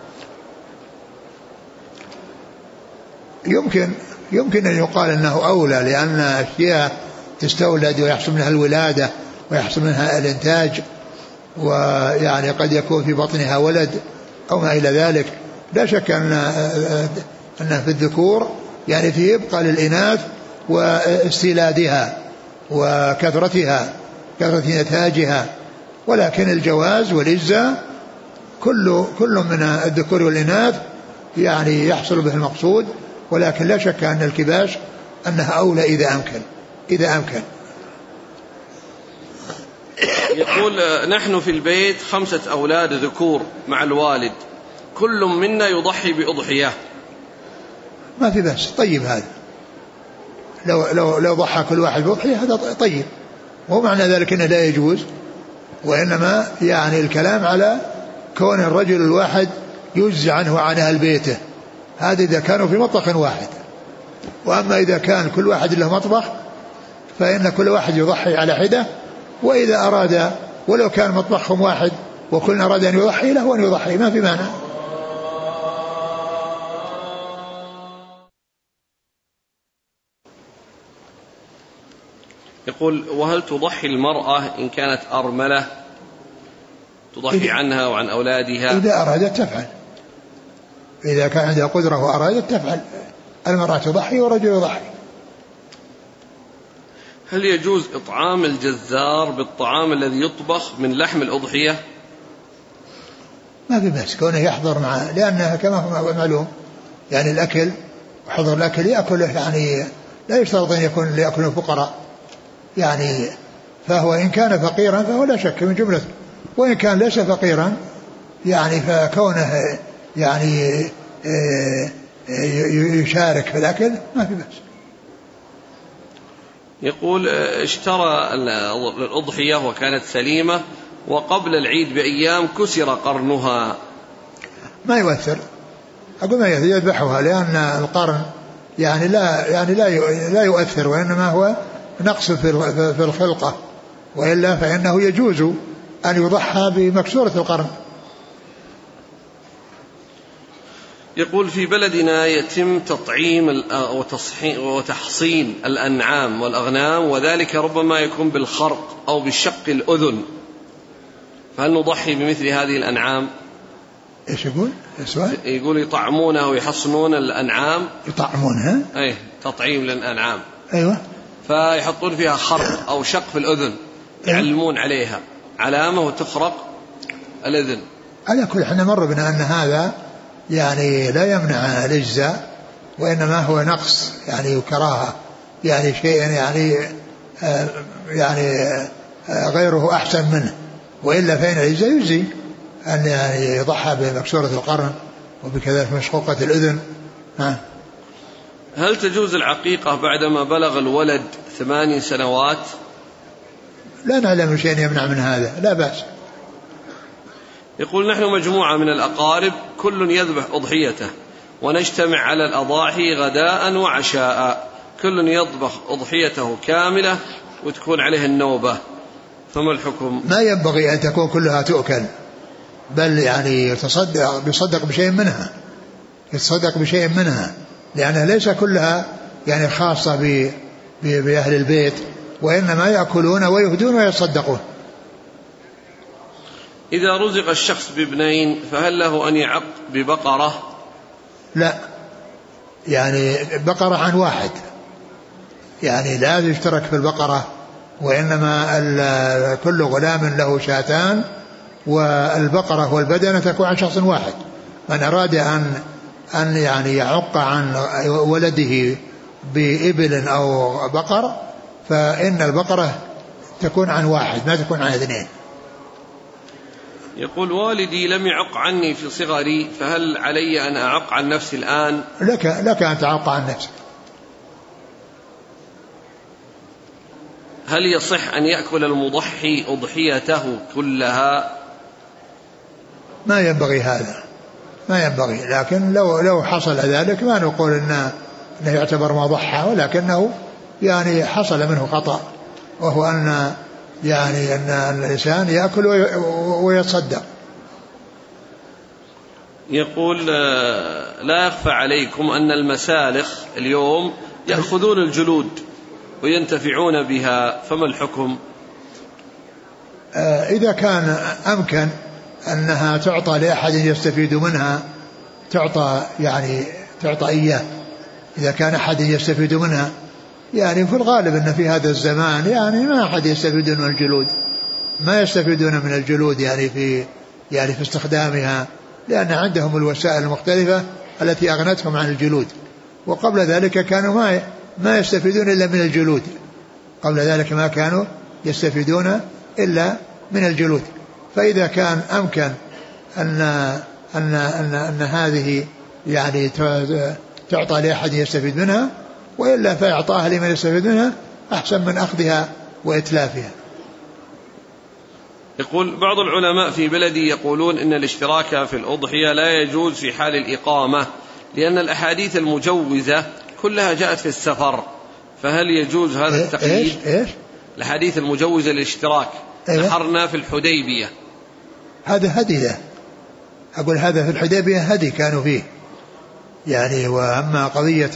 يمكن أن يقال أنه أولى، لأن الشياه تستولد ويحصل منها الولادة ويحصل منها الإنتاج، ويعني قد يكون في بطنها ولد أو ما إلى ذلك. لا شك أن في الذكور يعني فيه يبقى للإناث واستيلادها وكثرتها، كثرة نتاجها، ولكن الجواز والإجزاء كل من الذكور والإناث يعني يحصل به المقصود، ولكن لا شك أن الكباش أنها أولى إذا أمكن. يقول نحن في البيت 5 أولاد ذكور مع الوالد، كل منا يضحي بأضحية. ما في بس، طيب هذا لو ضحى كل واحد بأضحية هذا طيب، وهو معنى ذلك أنه لا يجوز، وإنما يعني الكلام على كون الرجل الواحد يجزي عنه عن أهل بيته، هذا إذا كانوا في مطبخ واحد. وأما إذا كان كل واحد له مطبخ فإن كل واحد يضحي على حدة، وإذا أراد ولو كان مطبخهم واحد وكل أراد أن يضحي له أن يضحي، ما في مانع. يقول وهل تضحي المرأة إن كانت أرملة، تضحي عنها وعن أولادها؟ إذا أرادت تفعل، إذا كان عندها قدرة وأرادت تفعل. المرأة تضحي والرجل يضحي. هل يجوز إطعام الجزار بالطعام الذي يطبخ من لحم الأضحية؟ ما في بس كونه يحضر معه، لأنها كما هو معلوم يعني الأكل وحضر الأكل يأكله، يعني لا يشترط أن يكون ليأكل الفقراء يعني، فهو إن كان فقيرا فهو لا شك من جملة، وإن كان ليس فقيرا يعني فكونه يعني يشارك في الأكل ما في بس. يقول اشترى الأضحية وكانت سليمة وقبل العيد بأيام كسر قرنها، ما يؤثر، أقول ما يذبحها، لأن القرن يعني لا يؤثر، وإنما هو نقص في الخلقة، وإلا فإنه يجوز أن يضحى بمكسورة القرن. يقول في بلدنا يتم تطعيم وتحصين الأنعام والأغنام، وذلك ربما يكون بالخرق أو بشق الأذن، فهل نضحي بمثل هذه الأنعام؟ إيش يقول السؤال؟ يقول يطعمونها ويحصنون الأنعام. يطعمونها؟ أي تطعيم للأنعام. أيوة. فيحطون فيها خرق أو شق في الأذن، يعلمون عليها علامة وتخرق الأذن. على كل حين مر بنا أن هذا يعني لا يمنع الإجزاء، وإنما هو نقص يعني وكراهة، يعني شيء يعني غيره أحسن منه، وإلا فإن الإجزاء يجزي أن يعني يضحى بمكسورة القرن وبكذلك مشقوقة الأذن. هل تجوز العقيقة بعدما بلغ الولد 8 سنوات؟ لا نعلم شيء يمنع من هذا، لا بأس. يقول نحن مجموعة من الأقارب كل يذبح أضحيته، ونجتمع على الأضاحي غداء وعشاء، كل يطبخ أضحيته كاملة وتكون عليه النوبة، فما الحكم؟ ما ينبغي أن تكون كلها تؤكل، بل يعني يتصدق بشيء منها، لأنها ليس كلها يعني خاصة بأهل البيت، وإنما يأكلون ويهدون ويصدقون. إذا رزق الشخص بابنين فهل له أن يعق ببقرة؟ لا، يعني بقرة عن واحد، يعني لا يشترك في البقرة، وإنما كل غلام له شاتان، والبقرة والبدنة تكون عن شخص واحد. من أراد أن يعني يعق عن ولده بإبل أو بقر فإن البقرة تكون عن واحد، ما تكون عن 2. يقول والدي لم يعق عني في صغري، فهل علي أن أعق عن نفسي الآن؟ لك أن تعق عن نفسك. هل يصح أن يأكل المضحي أضحيته كلها؟ ما ينبغي هذا، ما ينبغي، لكن لو حصل ذلك ما نقول إنه يعتبر ما ضحى، ولكنه يعني حصل منه خطأ، وهو أن يعني أن الإنسان يأكل ويتصدق. يقول لا يخفى عليكم أن المسالخ اليوم يأخذون الجلود وينتفعون بها، فما الحكم؟ إذا كان أمكن أنها تعطى لأحد يستفيد منها تعطى إياه، إذا كان أحد يستفيد منها. يعني في الغالب أن في هذا الزمان يعني ما أحد يستفيد من الجلود، ما يستفيدون من الجلود يعني في استخدامها، لأن عندهم الوسائل المختلفة التي أغنتهم عن الجلود. وقبل ذلك كانوا ما يستفيدون إلا من الجلود، قبل ذلك ما كانوا يستفيدون إلا من الجلود. فإذا كان أمكن أن هذه يعني تعطى لأحد يستفيد منها، وإلا فإعطاها لمن يستفيد منها أحسن من أخذها وإتلافها. يقول بعض العلماء في بلدي يقولون إن الاشتراك في الأضحية لا يجوز في حال الإقامة، لأن الأحاديث المجوزة كلها جاءت في السفر، فهل يجوز هذا التقييد؟ إيش؟ الحديث المجوز للاشتراك. نحرنا في الحديبية، هذا هدي له، أقول هذا في الحديبية هدي كانوا فيه يعني. وأما قضية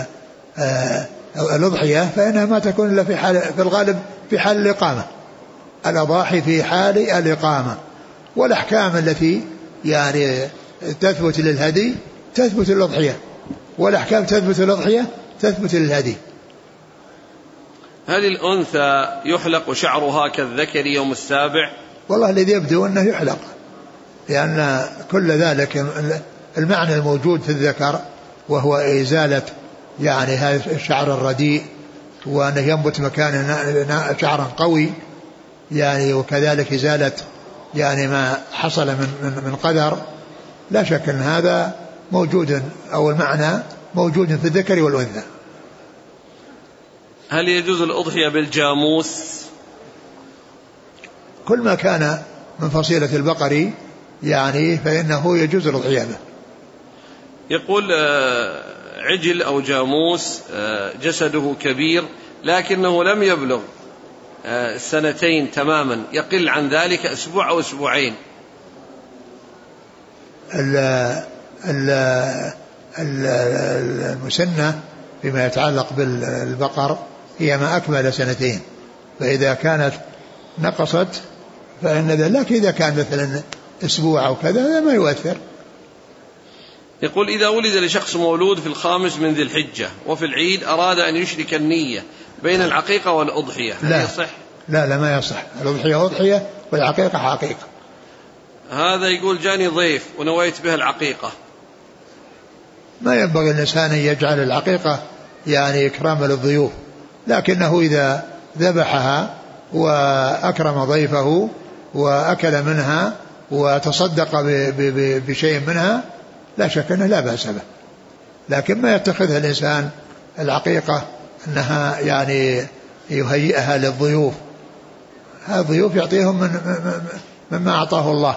الأضحية فإنها ما تكون إلا في الغالب في حال الإقامة، الأضاحي في حال الإقامة. والأحكام التي يعني تثبت للهدي تثبت للأضحية، والأحكام تثبت للأضحية تثبت للهدي. هل الأنثى يحلق شعرها كالذكر يوم السابع؟ والله الذي يبدو أنه يحلق، لأن كل ذلك المعنى الموجود في الذكر وهو إزالة يعني هذا الشعر الرديء، وأنه ينبت مكانه شعرا قوي يعني، وكذلك إزالة يعني ما حصل من قدر. لا شك أن هذا موجود، أو المعنى موجود في الذكر والأنثى. هل يجوز الأضحية بالجاموس؟ كل ما كان من فصيلة البقر يعني فإنه يجوز الأضحية به. يقول عجل أو جاموس جسده كبير لكنه لم يبلغ 2 تماما، يقل عن ذلك أسبوع أو أسبوعين. المسنة فيما يتعلق بالبقر هي ما أكمل 2، فإذا كانت نقصت فإن ذلك، إذا كان مثلا أسبوع أو كذا ما يؤثر. يقول إذا ولد لشخص مولود في 5 من ذي الحجة وفي العيد أراد أن يشرك النية بين العقيقة والأضحية، هل يصح؟ لا ما يصح، الأضحية أضحية والعقيقة حقيقة. هذا يقول جاني ضيف ونويت به العقيقة. ما ينبغي الإنسان أن يجعل العقيقة يعني إكرام للضيوف، لكنه إذا ذبحها وأكرم ضيفه وأكل منها وتصدق بشيء منها لا شك أنه لا بأس به. لكن ما يتخذها الإنسان العقيقة أنها يعني يهيئها للضيوف، هذا الضيوف يعطيهم مما أعطاه الله.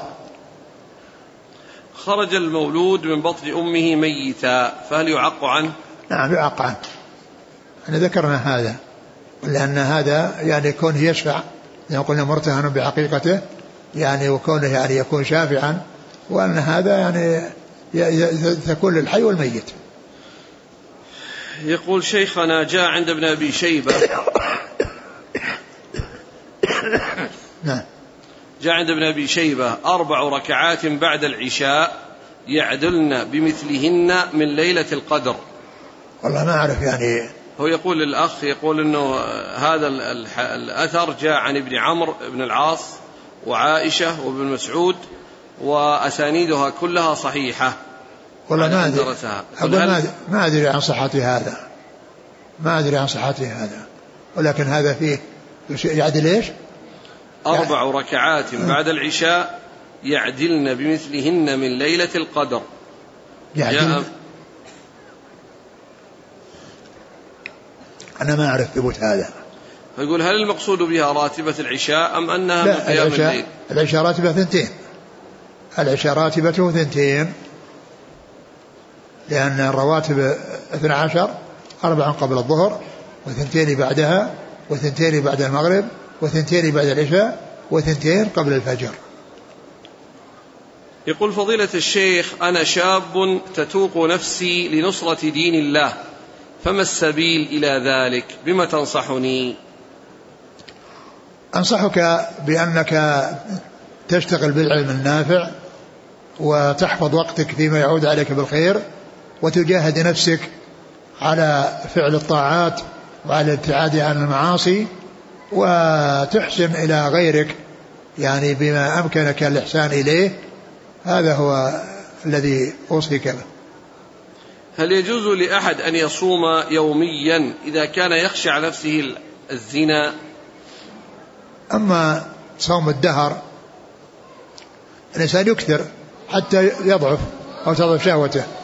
خرج المولود من بطن أمه ميتا فهل يعق عنه؟ نعم يعق عنه، أنا ذكرنا هذا، لأن هذا يعني كونه يشفع، يعني قلنا مرتهن بعقيقته يعني، وكونه يعني يكون شافعا، وأن هذا يعني تكون للحي والميت. يقول شيخنا جاء عند ابن أبي شيبة نعم جاء عند ابن أبي شيبة 4 ركعات بعد العشاء يعدلن بمثلهن من ليلة القدر. والله ما أعرف يعني. هو يقول للأخ يقول أنه هذا الأثر جاء عن ابن عمرو بن العاص وعائشة وابن مسعود وأسانيدها كلها صحيحة. والله ما أدري عن صحة هذا، ما أدري عن صحة هذا، ولكن هذا فيه يعدل إيش؟ 4 ركعات بعد العشاء يعدلن بمثلهن من ليلة القدر. أنا ما أعرف ثبوت هذا. فيقول هل المقصود بها راتبة العشاء أم أنها من قيام الليل؟ العشاء راتبة 2، العشاء راتبته 2، لأن الرواتب 12 4 قبل الظهر و2 بعدها و2 بعد المغرب و2 بعد العشاء و2 قبل الفجر. يقول فضيلة الشيخ أنا شاب تتوق نفسي لنصرة دين الله، فما السبيل إلى ذلك؟ بما تنصحني؟ أنصحك بأنك تشتغل بالعلم النافع وتحفظ وقتك فيما يعود عليك بالخير، وتجاهد نفسك على فعل الطاعات وعلى الابتعاد عن المعاصي، وتحسن إلى غيرك يعني بما أمكنك الإحسان إليه. هذا هو الذي أوصيك به. هل يجوز لأحد أن يصوم يوميا إذا كان يخشى على نفسه الزنا؟ أما صوم الدهر الإنسان يكثر حتى يضعف أو تضعف شهوته.